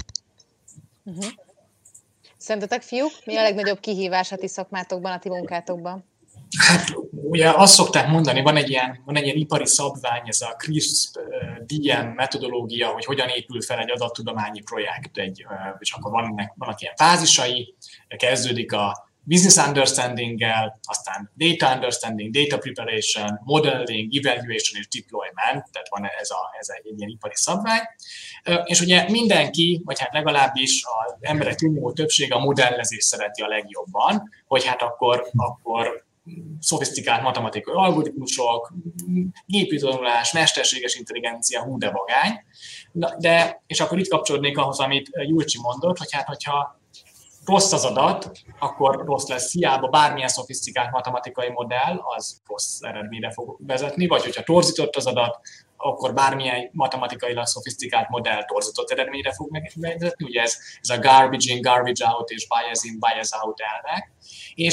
Szerintetek, fiúk, mi a legnagyobb kihívás a ti szakmátokban, a ti munkátokban? Hát ugye azt szokták mondani, van egy ilyen ipari szabvány, ez a CRISP-DM metodológia, hogy hogyan épül fel egy adattudományi projekt, és akkor vannak ilyen fázisai, kezdődik a business understanding-gel, aztán data understanding, data preparation, modeling, evaluation és deployment, tehát van ez egy ilyen ipari szabvány. És ugye mindenki, vagy hát legalábbis az emberek túlnyomó többsége a modellezést szereti a legjobban, hogy hát akkor szofisztikált matematikai algoritmusok, gépi tanulás, mesterséges intelligencia, hú de vagány. És akkor itt kapcsolódnék ahhoz, amit Júlcsi mondott, hogy hát hogyha rossz az adat, akkor rossz lesz, hiába bármilyen szofisztikált matematikai modell, az rossz eredményre fog vezetni, vagy hogyha torzított az adat, akkor bármilyen matematikailag szofisztikált modell torzított eredményre fog megvezetni. Ugye ez a garbage in, garbage out és bias in, bias out elvek. És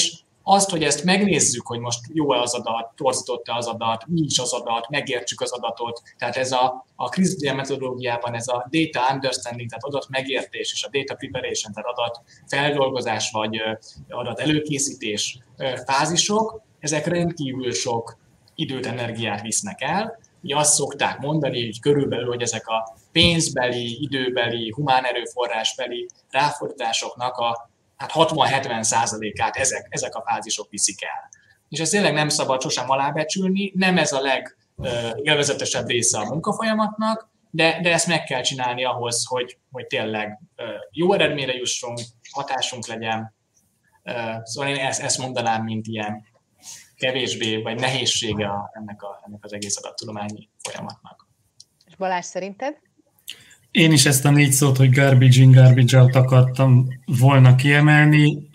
azt, hogy ezt megnézzük, hogy most jó-e az adat, torzított-e az adat, mi is az adat, megértsük az adatot. Tehát ez a CRISPR metodológiában ez a data understanding, tehát adat megértés és a data preparation, tehát adat feldolgozás vagy adat előkészítés fázisok, ezek rendkívül sok időt, energiát visznek el. Ugye azt szokták mondani, hogy körülbelül, hogy ezek a pénzbeli, időbeli, humán erőforrásbeli ráfordításoknak a 60-70%-át ezek a fázisok viszik el. És ezt tényleg nem szabad sosem alábecsülni, nem ez a legélvezetesebb része a munkafolyamatnak, de ezt meg kell csinálni ahhoz, hogy tényleg jó eredményre jussunk, hatásunk legyen. Szóval én ezt mondanám, mint ilyen kevésbé vagy nehézsége ennek az egész adattudományi folyamatnak. És Balázs, szerinted? Én is ezt a 4 szót, hogy garbage in, garbage out akartam volna kiemelni.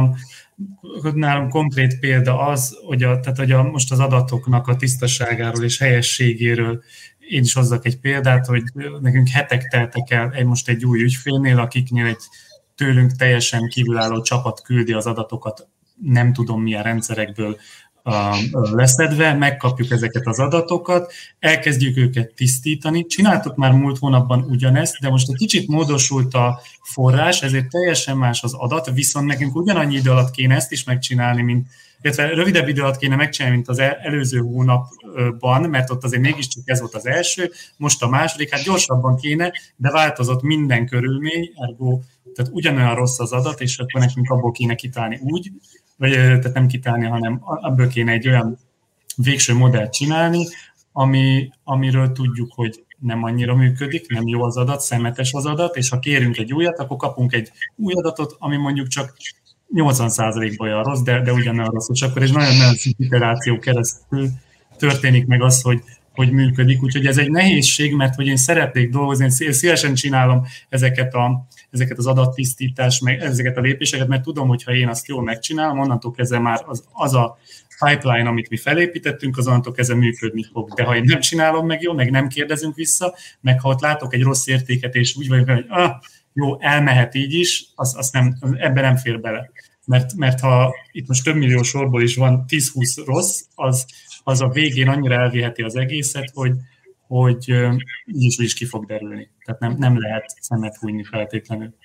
Nálam konkrét példa az, hogy most az adatoknak a tisztaságáról és helyességéről én is hozzak egy példát, hogy nekünk hetek teltek el most egy új ügyfélnél, akiknél egy tőlünk teljesen kívülálló csapat küldi az adatokat, nem tudom milyen rendszerekből leszedve, megkapjuk ezeket az adatokat, elkezdjük őket tisztítani. Csináltuk már múlt hónapban ugyanezt, de most egy kicsit módosult a forrás, ezért teljesen más az adat, viszont nekünk ugyanannyi idő alatt kéne ezt is megcsinálni, illetve rövidebb idő alatt kéne megcsinálni, mint az előző hónapban, mert ott azért mégiscsak ez volt az első, most a második, hát gyorsabban kéne, de változott minden körülmény, ergo, tehát ugyanolyan rossz az adat, és akkor nekünk abból kéne kitálni úgy, vagy tehát nem kitálni, hanem ebből kéne egy olyan végső modellt csinálni, amiről tudjuk, hogy nem annyira működik, nem jó az adat, szemetes az adat, és ha kérünk egy újat, akkor kapunk egy új adatot, ami mondjuk csak 80%-ban olyan rossz, de ugyanolyan rossz, és akkor egy nagyon-nagyon szűk iteráció keresztül történik meg az, hogy működik. Úgyhogy ez egy nehézség, mert hogy én szeretnék dolgozni, én szívesen csinálom ezeket az adattisztítás, meg ezeket a lépéseket, mert tudom, hogy ha én azt jól megcsinálom, onnantól kezdve már az a pipeline, amit mi felépítettünk, az onnantól kezdve működni fog. De ha én nem csinálom meg jól, meg nem kérdezünk vissza, meg ha ott látok egy rossz értéket, és úgy vagyok, hogy jó, elmehet így is, ebben nem fér bele. Mert ha itt most több millió sorból is van 10-20 rossz, az a végén annyira elviheti az egészet, hogy így is ki fog derülni. Tehát nem lehet szemet hújni feltétlenül.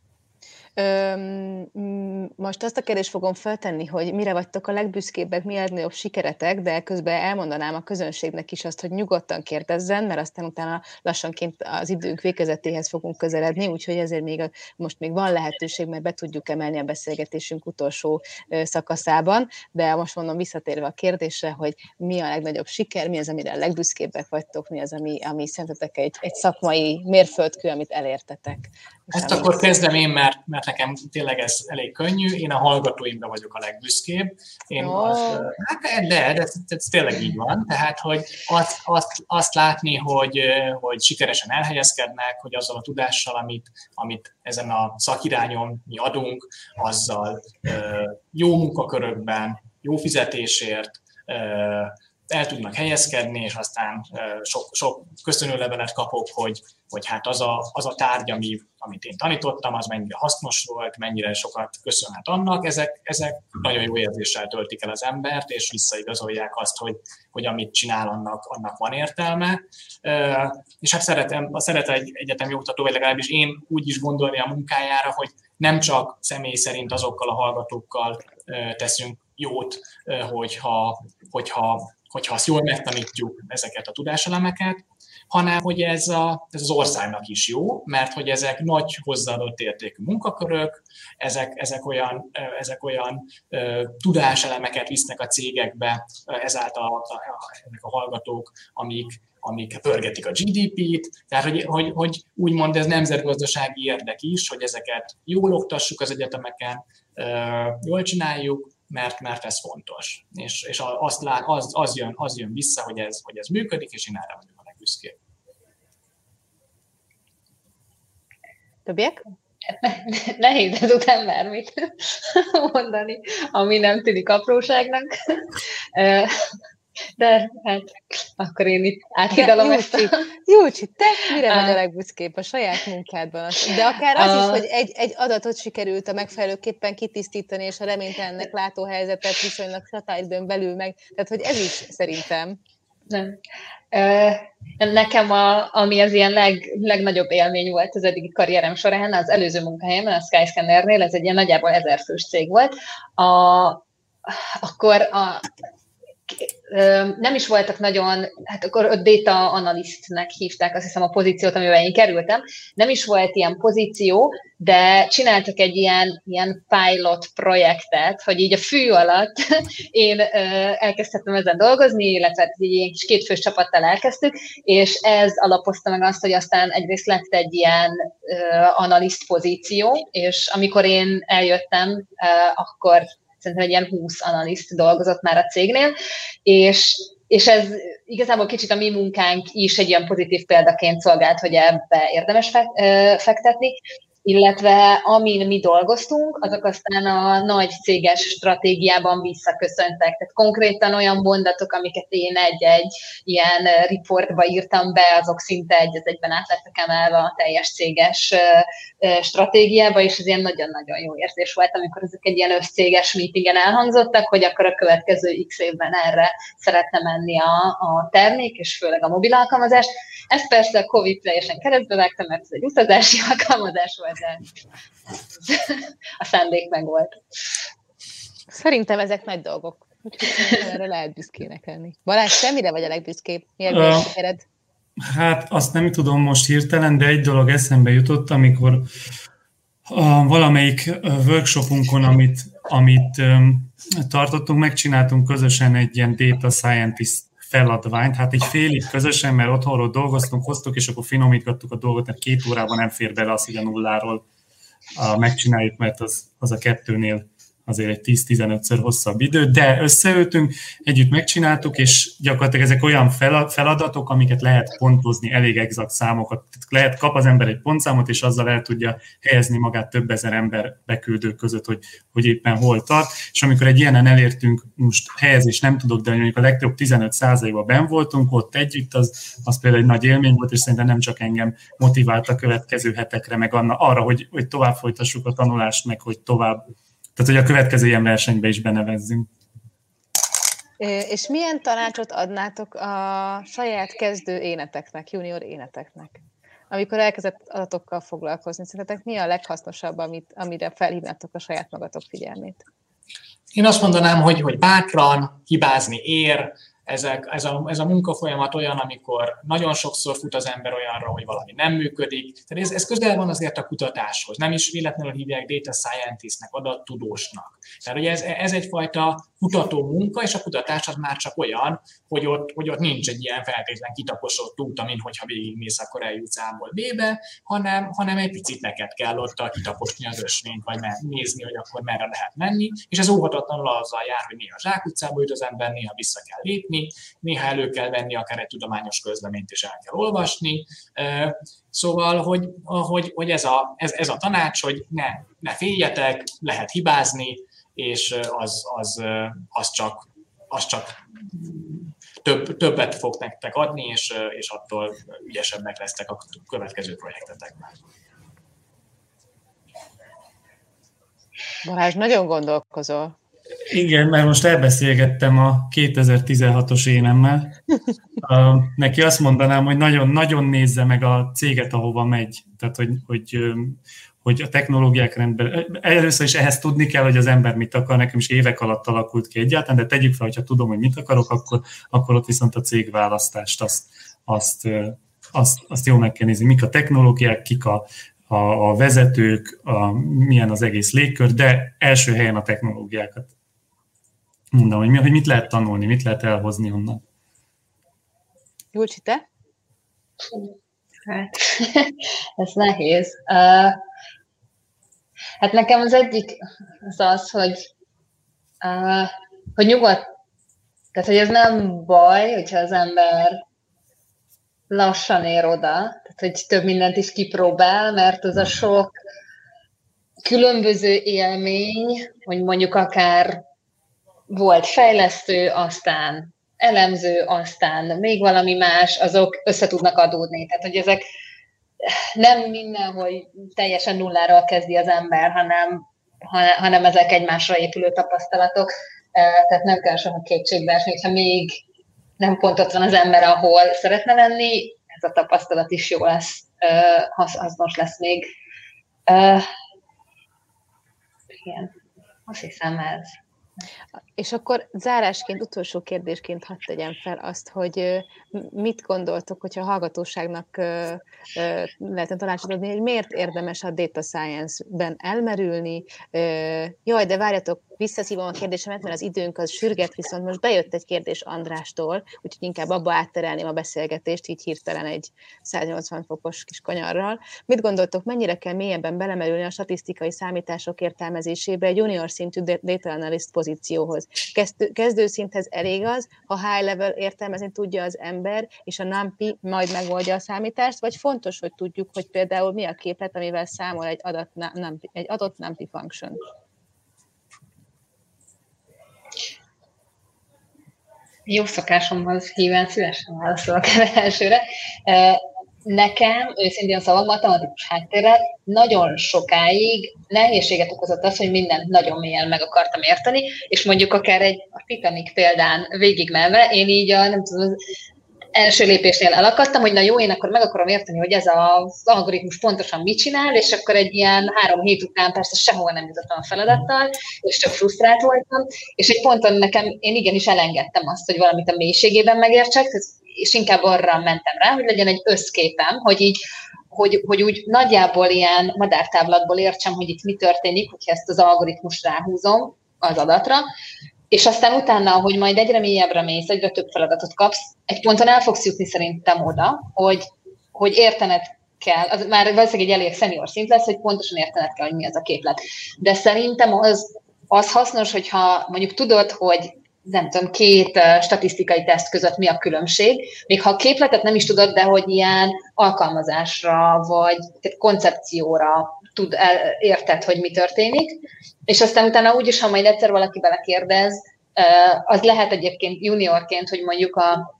Most azt a kérdést fogom feltenni, hogy mire vagytok a legbüszkébbek, mi a legnagyobb sikeretek, de közben elmondanám a közönségnek is azt, hogy nyugodtan kérdezzen, mert aztán utána lassanként az időnk végezetéhez fogunk közeledni, úgyhogy ezért most még van lehetőség, mert be tudjuk emelni a beszélgetésünk utolsó szakaszában, de most mondom visszatérve a kérdésre, hogy mi a legnagyobb siker, mi az, amire a legbüszkébbek vagytok, mi az, ami szerintetek egy szakmai mérföldkő, amit elértetek. Ezt akkor kezdem én, mert nekem tényleg ez elég könnyű. Én a hallgatóimra vagyok a legbüszkébb. Ez tényleg így van. Tehát, hogy azt látni, hogy sikeresen elhelyezkednek, hogy azzal a tudással, amit ezen a szakirányon mi adunk, azzal jó munkakörökben, jó fizetésért el tudnak helyezkedni, és aztán sok köszönőlevelet kapok, hogy hát az a tárgy, amit én tanítottam, az mennyire hasznos volt, mennyire sokat köszönhet annak, ezek nagyon jó érzéssel töltik el az embert, és visszaigazolják azt, hogy amit csinál, annak van értelme. És hát szeret egy egyetemi oktató, vagy legalábbis én úgy is gondolni a munkájára, hogy nem csak személy szerint azokkal a hallgatókkal teszünk jót, hogyha azt jól megtanítjuk ezeket a tudáselemeket, hanem hogy ez az országnak is jó, mert hogy ezek nagy hozzáadott értékű munkakörök, ezek olyan tudáselemeket visznek a cégekbe, ezáltal ezek a hallgatók, amik pörgetik a GDP-t, tehát hogy úgymond ez nemzetgazdasági érdek is, hogy ezeket jól oktassuk az egyetemeken, jól csináljuk, mert ez fontos. És az jön vissza, hogy ez működik, és én erre vagyok a legbüszkébb. Többiek? Nehéz ezután bármit mondani, ami nem tűnik apróságnak. De hát akkor én itt áthidalom ezt a... Júlcsi, te mire vagy a legbüszkébb a saját munkádban? De akár az is, hogy egy adatot sikerült a megfelelőképpen kitisztítani, és a reménytelennek látó helyzetet viszonylag határidőn belül meg. Tehát, hogy ez is szerintem. Nem. Nekem ami az ilyen legnagyobb élmény volt az eddigi karrierem során, az előző munkahelyemen, a Skyscannernél, ez egy ilyen nagyjából 1000 fős cég volt. Akkor nem is voltak nagyon, hát akkor a data analystnek hívták, azt hiszem a pozíciót, amiben én kerültem. Nem is volt ilyen pozíció, de csináltak egy ilyen pilot projektet, hogy így a fű alatt én elkezdtem ezen dolgozni, illetve egy ilyen kis 2 fős csapattal elkezdtük, és ez alapozta meg azt, hogy aztán egyrészt lett egy ilyen analyst pozíció, és amikor én eljöttem, akkor szerintem egy ilyen 20 analiszt dolgozott már a cégnél, és ez igazából kicsit a mi munkánk is egy ilyen pozitív példaként szolgált, hogy ebbe érdemes fektetni, illetve amin mi dolgoztunk, azok aztán a nagy céges stratégiában visszaköszöntek. Tehát konkrétan olyan mondatok, amiket én egy-egy ilyen reportba írtam be, azok szinte egy az egyben át lettek emelve a teljes céges stratégiába, és ez ilyen nagyon-nagyon jó érzés volt, amikor ezek egy ilyen összcéges meetingen elhangzottak, hogy akkor a következő X évben erre szeretne menni a termék, és főleg a mobil alkalmazás. Ez persze a Covid teljesen keresztbe vágta, mert ez egy utazási alkalmazás volt, de a szándék meg volt. Szerintem ezek nagy dolgok. Úgyhogy erre lehet büszkének lenni. Balázs, te mire vagy a legbüszkébb? Mi a sikered? Hát azt nem tudom most hirtelen, de egy dolog eszembe jutott, amikor valamelyik workshopunkon, amit tartottunk, megcsináltunk közösen egy ilyen data scientist feladványt, hát egy félig közösen, mert otthonról dolgoztunk, hoztuk, és akkor finomítgattuk a dolgot, mert 2 órában nem fér bele azt, hogy a nulláról megcsináljuk, mert az a 2-nél azért egy 10-15-ször hosszabb idő, de összeültünk, együtt megcsináltuk, és gyakorlatilag ezek olyan feladatok, amiket lehet pontozni, elég exakt számokat. Kap az ember egy pontszámot, és azzal el tudja helyezni magát több ezer ember beküldő között, hogy éppen hol tart. És amikor egy ilyenen elértünk, most helyezés nem tudok, de mondjuk a legtöbb 15%-ban benn voltunk, ott együtt, az például egy nagy élmény volt, és szerintem nem csak engem motivált a következő hetekre, meg arra, hogy tovább folytassuk a tanulást, meg hogy tovább. Tehát, hogy a következő ilyen versenybe is benevezzünk. És milyen tanácsot adnátok a saját kezdő éneteknek, junior éneteknek? Amikor elkezdett adatokkal foglalkozni, szerintetek mi a leghasznosabb, amire felhívnátok a saját magatok figyelmét? Én azt mondanám, hogy bátran, hibázni ér. Ez a munkafolyamat olyan, amikor nagyon sokszor fut az ember olyanra, hogy valami nem működik. Tehát ez közel van azért a kutatáshoz. Nem is véletlenül hívják data scientistnek, adattudósnak. Tehát ugye ez egyfajta kutató munka, és a kutatás az már csak olyan, hogy ott nincs egy ilyen feltétlen kitaposott út, amin hogyha végigmész, akkor eljutsz A-ból B-be, hanem egy picit neked kell ott kitaposni az ösvényt, vagy nézni, hogy akkor merre lehet menni, és ez óhatatlanul azzal jár, hogy néha zsákutcába jut az ember, néha vissza kell lépni, néha elő kell venni akár egy tudományos közleményt, és el kell olvasni. Szóval, hogy ez a tanács, hogy ne féljetek, lehet hibázni, és az csak többet fog nektek adni, és attól ügyesebbek lesztek a következő projektetekben. Balázs, nagyon gondolkozol. Igen, mert most elbeszélgettem a 2016-os énemmel. Neki azt mondanám, hogy nagyon nézze meg a céget, ahova megy. Tehát, hogy a technológiák rendben. Először is ehhez tudni kell, hogy az ember mit akar. Nekem is évek alatt alakult ki egyáltalán, de tegyük fel, hogyha tudom, hogy mit akarok, akkor ott viszont a cégválasztást azt jól meg kell nézni. Mik a technológiák, kik a vezetők, milyen az egész légkör, de első helyen a technológiákat. Mondom, hogy mit lehet tanulni, mit lehet elhozni onnan. Júlcsi, te? Hát, ez nehéz. Hát nekem az egyik az, hogy nyugodt, tehát hogy ez nem baj, hogyha az ember lassan ér oda, tehát hogy több mindent is kipróbál, mert az a sok különböző élmény, hogy mondjuk akár volt fejlesztő, aztán elemző, aztán még valami más, azok össze tudnak adódni. Tehát, hogy ezek nem mindenhol teljesen nulláról kezdi az ember, hanem ezek egymásra épülő tapasztalatok. Tehát nem kell soha kétségbe esni, hogyha még nem pont ott van az ember, ahol szeretne lenni, ez a tapasztalat is jó lesz, hasznos lesz még. Igen, azt hiszem ez. És akkor zárásként, utolsó kérdésként hadd tegyem fel azt, hogy mit gondoltok, hogyha a hallgatóságnak lehetne tanácsot adni, hogy miért érdemes a data science-ben elmerülni. Jaj, de várjatok, visszaszívom a kérdésemet, mert az időnk az sürget, viszont most bejött egy kérdés Andrástól, úgyhogy inkább abba átterelném a beszélgetést, így hirtelen egy 180 fokos kis kanyarral. Mit gondoltok, mennyire kell mélyebben belemerülni a statisztikai számítások értelmezésébe egy junior szintű data analyst pozícióhoz? Kezdőszinthez elég az, ha high level értelmezni tudja az ember, és a NumPy majd megoldja a számítást, vagy fontos, hogy tudjuk, hogy például mi a képlet, amivel számol egy adott NumPy function? Jó szokásomhoz híven szívesen válaszolok elsőre. Nekem, őszintén szóval matematikus háttérrel nagyon sokáig nehézséget okozott az, hogy mindent nagyon mélyen meg akartam érteni, és mondjuk akár a Titanic példán végigmenve, én így nem tudom, az első lépésnél elakadtam, hogy na jó, én akkor meg akarom érteni, hogy ez az algoritmus pontosan mit csinál, és akkor egy ilyen 3 hét után persze sehol nem jutottam a feladattal, és csak frusztrált voltam, és egy ponton nekem, én igenis elengedtem azt, hogy valamit a mélységében megértsek, és inkább arra mentem rá, hogy legyen egy összképem, hogy úgy nagyjából ilyen madártávlatból értsem, hogy itt mi történik, hogyha ezt az algoritmust ráhúzom az adatra, és aztán utána, hogy majd egyre mélyebbre mész, egyre több feladatot kapsz, egy ponton el fogsz jutni szerintem oda, hogy értened kell, az már valószínűleg egy elég senior szint lesz, hogy pontosan értened kell, hogy mi az a képlet. De szerintem az hasznos, hogyha mondjuk tudod, hogy nem tudom, 2 statisztikai teszt között mi a különbség, még ha a képletet nem is tudod, de hogy ilyen alkalmazásra, vagy koncepcióra érted, hogy mi történik, és aztán utána úgyis, ha majd egyszer valaki belekérdez, az lehet egyébként juniorként, hogy mondjuk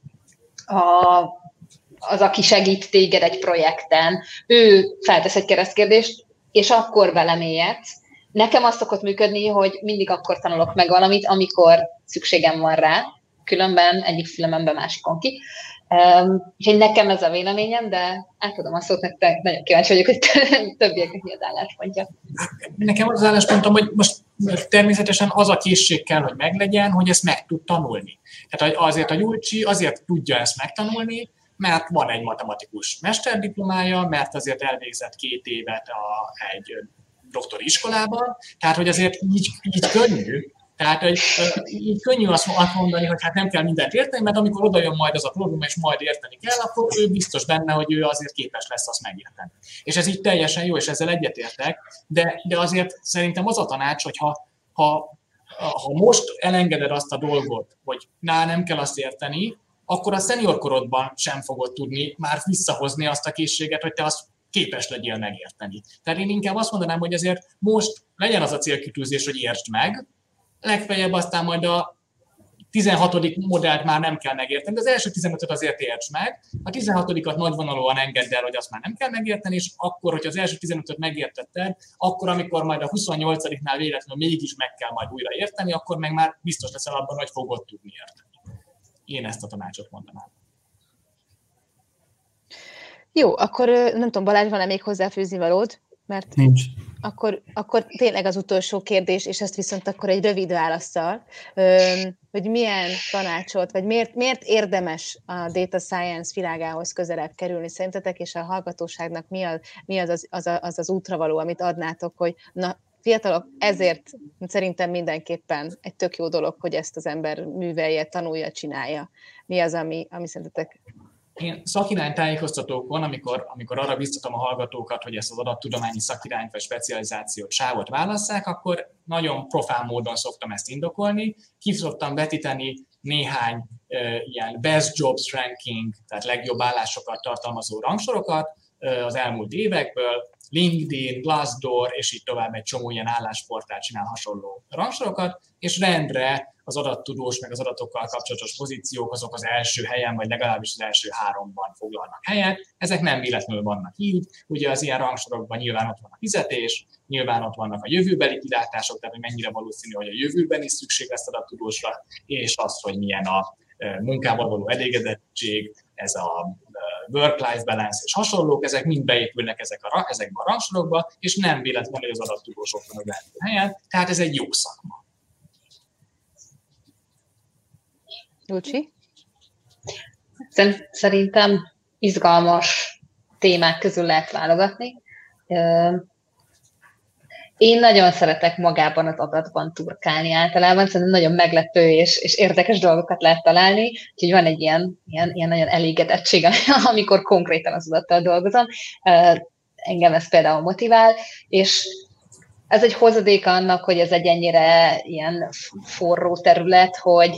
az, aki segít téged egy projekten, ő feltesz egy keresztkérdést, és akkor belemélyedsz. Nekem azt szokott működni, hogy mindig akkor tanulok meg valamit, amikor szükségem van rá, különben egyik fülemembe másikon ki. Úgyhogy nekem ez a véleményem, de átadom a szót nektek, nagyon kíváncsi vagyok, hogy többieknek mi az álláspontja. Nekem az álláspontom, hogy most természetesen az a készség kell, hogy meglegyen, hogy ezt meg tud tanulni. Tehát azért a Gyulcsi azért tudja ezt megtanulni, mert van egy matematikus mesterdiplomája, mert azért elvégzett 2 évet egy doktori iskolában, tehát hogy azért így könnyű. Tehát így könnyű azt mondani, hogy hát nem kell mindent érteni, mert amikor oda jön majd az a program, és majd érteni kell, akkor ő biztos benne, hogy ő azért képes lesz azt megérteni. És ez így teljesen jó, és ezzel egyetértek, de azért szerintem az a tanács, hogy ha most elengeded azt a dolgot, hogy nem kell azt érteni, akkor a senior korodban sem fogod tudni már visszahozni azt a készséget, hogy te azt képes legyél megérteni. Tehát én inkább azt mondanám, hogy azért most legyen az a célkitűzés, hogy értsd meg, legfeljebb aztán majd a 16. modellt már nem kell megérteni, de az első 15-öt azért értsd meg, a 16-at nagyvonalúan engedd el, hogy azt már nem kell megérteni, és akkor, hogyha az első 15-öt megértetted, akkor, amikor majd a 28-nál véletlenül mégis meg kell majd újra érteni, akkor meg már biztos leszel abban, hogy fogod tudni érteni. Én ezt a tanácsot mondanám. Jó, akkor nem tudom, Balázs, van-e még hozzáfűzni valód? Mert nincs. Akkor tényleg az utolsó kérdés, és ezt viszont akkor egy rövid válasszal, hogy milyen tanácsot, vagy miért érdemes a data science világához közelebb kerülni szerintetek, és a hallgatóságnak mi az útravaló, amit adnátok, hogy na, fiatalok, ezért szerintem mindenképpen egy tök jó dolog, hogy ezt az ember művelje, tanulja, csinálja. Mi az, ami szerintetek? Én szakiránytájékoztatókon, amikor arra biztatom a hallgatókat, hogy ezt az adattudományi szakirányt vagy specializációt, sávot válasszák, akkor nagyon profán módon szoktam ezt indokolni. Ki szoktam vetíteni néhány ilyen best jobs ranking, tehát legjobb állásokat tartalmazó rangsorokat az elmúlt évekből, LinkedIn, Glassdoor, és így tovább egy csomó ilyen állásportál csinál hasonló rangsorokat, és rendre az adattudós, meg az adatokkal kapcsolatos pozíciók azok az első helyen, vagy legalábbis az első 3-ban foglalnak helyet. Ezek nem véletlenül vannak így. Ugye az ilyen rangsorokban nyilván ott van a fizetés, nyilván ott vannak a jövőbeli kilátások, tehát hogy mennyire valószínű, hogy a jövőben is szükség lesz adattudósra, és az, hogy milyen a munkával való elégedettség, ez a work-life balance és hasonlók, ezek mind beépülnek ezekbe a rangsorokba, és nem véletlenül, hogy az adattudósok van az első helyen, tehát ez egy jó szakma. Lucsi? Szerintem izgalmas témák közül lehet válogatni. Én nagyon szeretek magában az adatban turkálni általában, szerintem nagyon meglepő és érdekes dolgokat lehet találni, úgyhogy van egy ilyen nagyon elégedettség, amikor konkrétan az adattal dolgozom. Engem ez például motivál, és ez egy hozadéka annak, hogy ez egy ennyire ilyen forró terület, hogy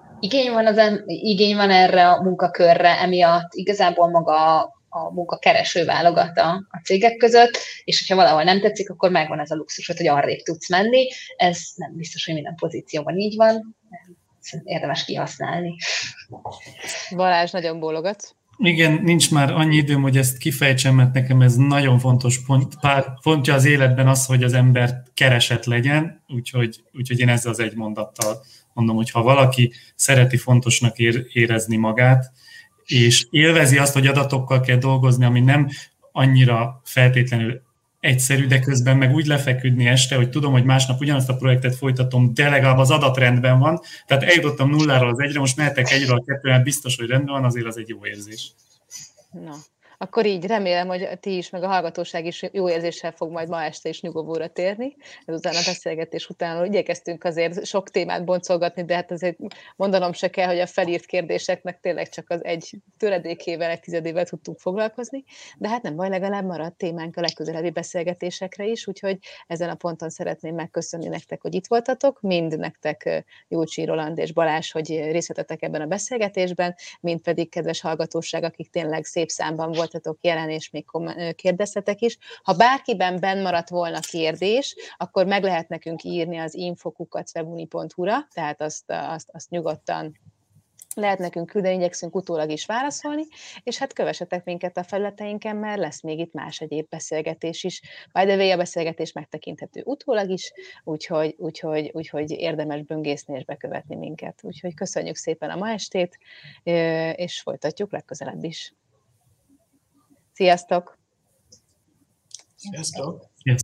igény van erre a munkakörre, emiatt igazából maga a munkakereső válogat a cégek között, és hogyha valahol nem tetszik, akkor megvan ez a luxus, hogy arrébb tudsz menni. Ez nem biztos, hogy minden pozícióban így van, érdemes kihasználni. Balázs, nagyon bólogatsz. Igen, nincs már annyi időm, hogy ezt kifejtsem, mert nekem ez nagyon fontos pontja az életben az, hogy az ember keresett legyen, úgyhogy én ezzel az egy mondattal mondom, hogy ha valaki szereti fontosnak érezni magát, és élvezi azt, hogy adatokkal kell dolgozni, ami nem annyira feltétlenül egyszerű, de közben meg úgy lefeküdni este, hogy tudom, hogy másnap ugyanazt a projektet folytatom, de legalább az adat rendben van. Tehát eljutottam 0-ról az 1-re, most mehetek 1-ről a 2-re, biztos, hogy rendben van, azért az egy jó érzés. Na, akkor így remélem, hogy ti is, meg a hallgatóság is jó érzéssel fog majd ma este is nyugovóra térni. Ezután a beszélgetés után igyekeztünk azért sok témát boncolgatni, de hát azért mondanom se kell, hogy a felírt kérdéseknek tényleg csak az egy töredékével, egy tizedével tudtunk foglalkozni, de hát nem baj, legalább maradt témánk a legközelebbi beszélgetésekre is, úgyhogy ezen a ponton szeretném megköszönni nektek, hogy itt voltatok, mind nektek Júlcsi, Roland és Balázs, hogy részt vettetek ebben a beszélgetésben, mind pedig kedves hallgatóság, akik tényleg szép számban voltatok jelen, és még kérdeztetek is. Ha bárkiben benn maradt volna kérdés, akkor meg lehet nekünk írni az info@webuni.hu-ra, tehát azt nyugodtan lehet nekünk küldeni, igyekszünk utólag is válaszolni, és hát kövessetek minket a felületeinken, mert lesz még itt más egyéb beszélgetés is. By the way, a beszélgetés megtekinthető utólag is, úgyhogy érdemes böngészni és bekövetni minket. Úgyhogy köszönjük szépen a ma estét, és folytatjuk legközelebb is. Sziasztok! Sziasztok!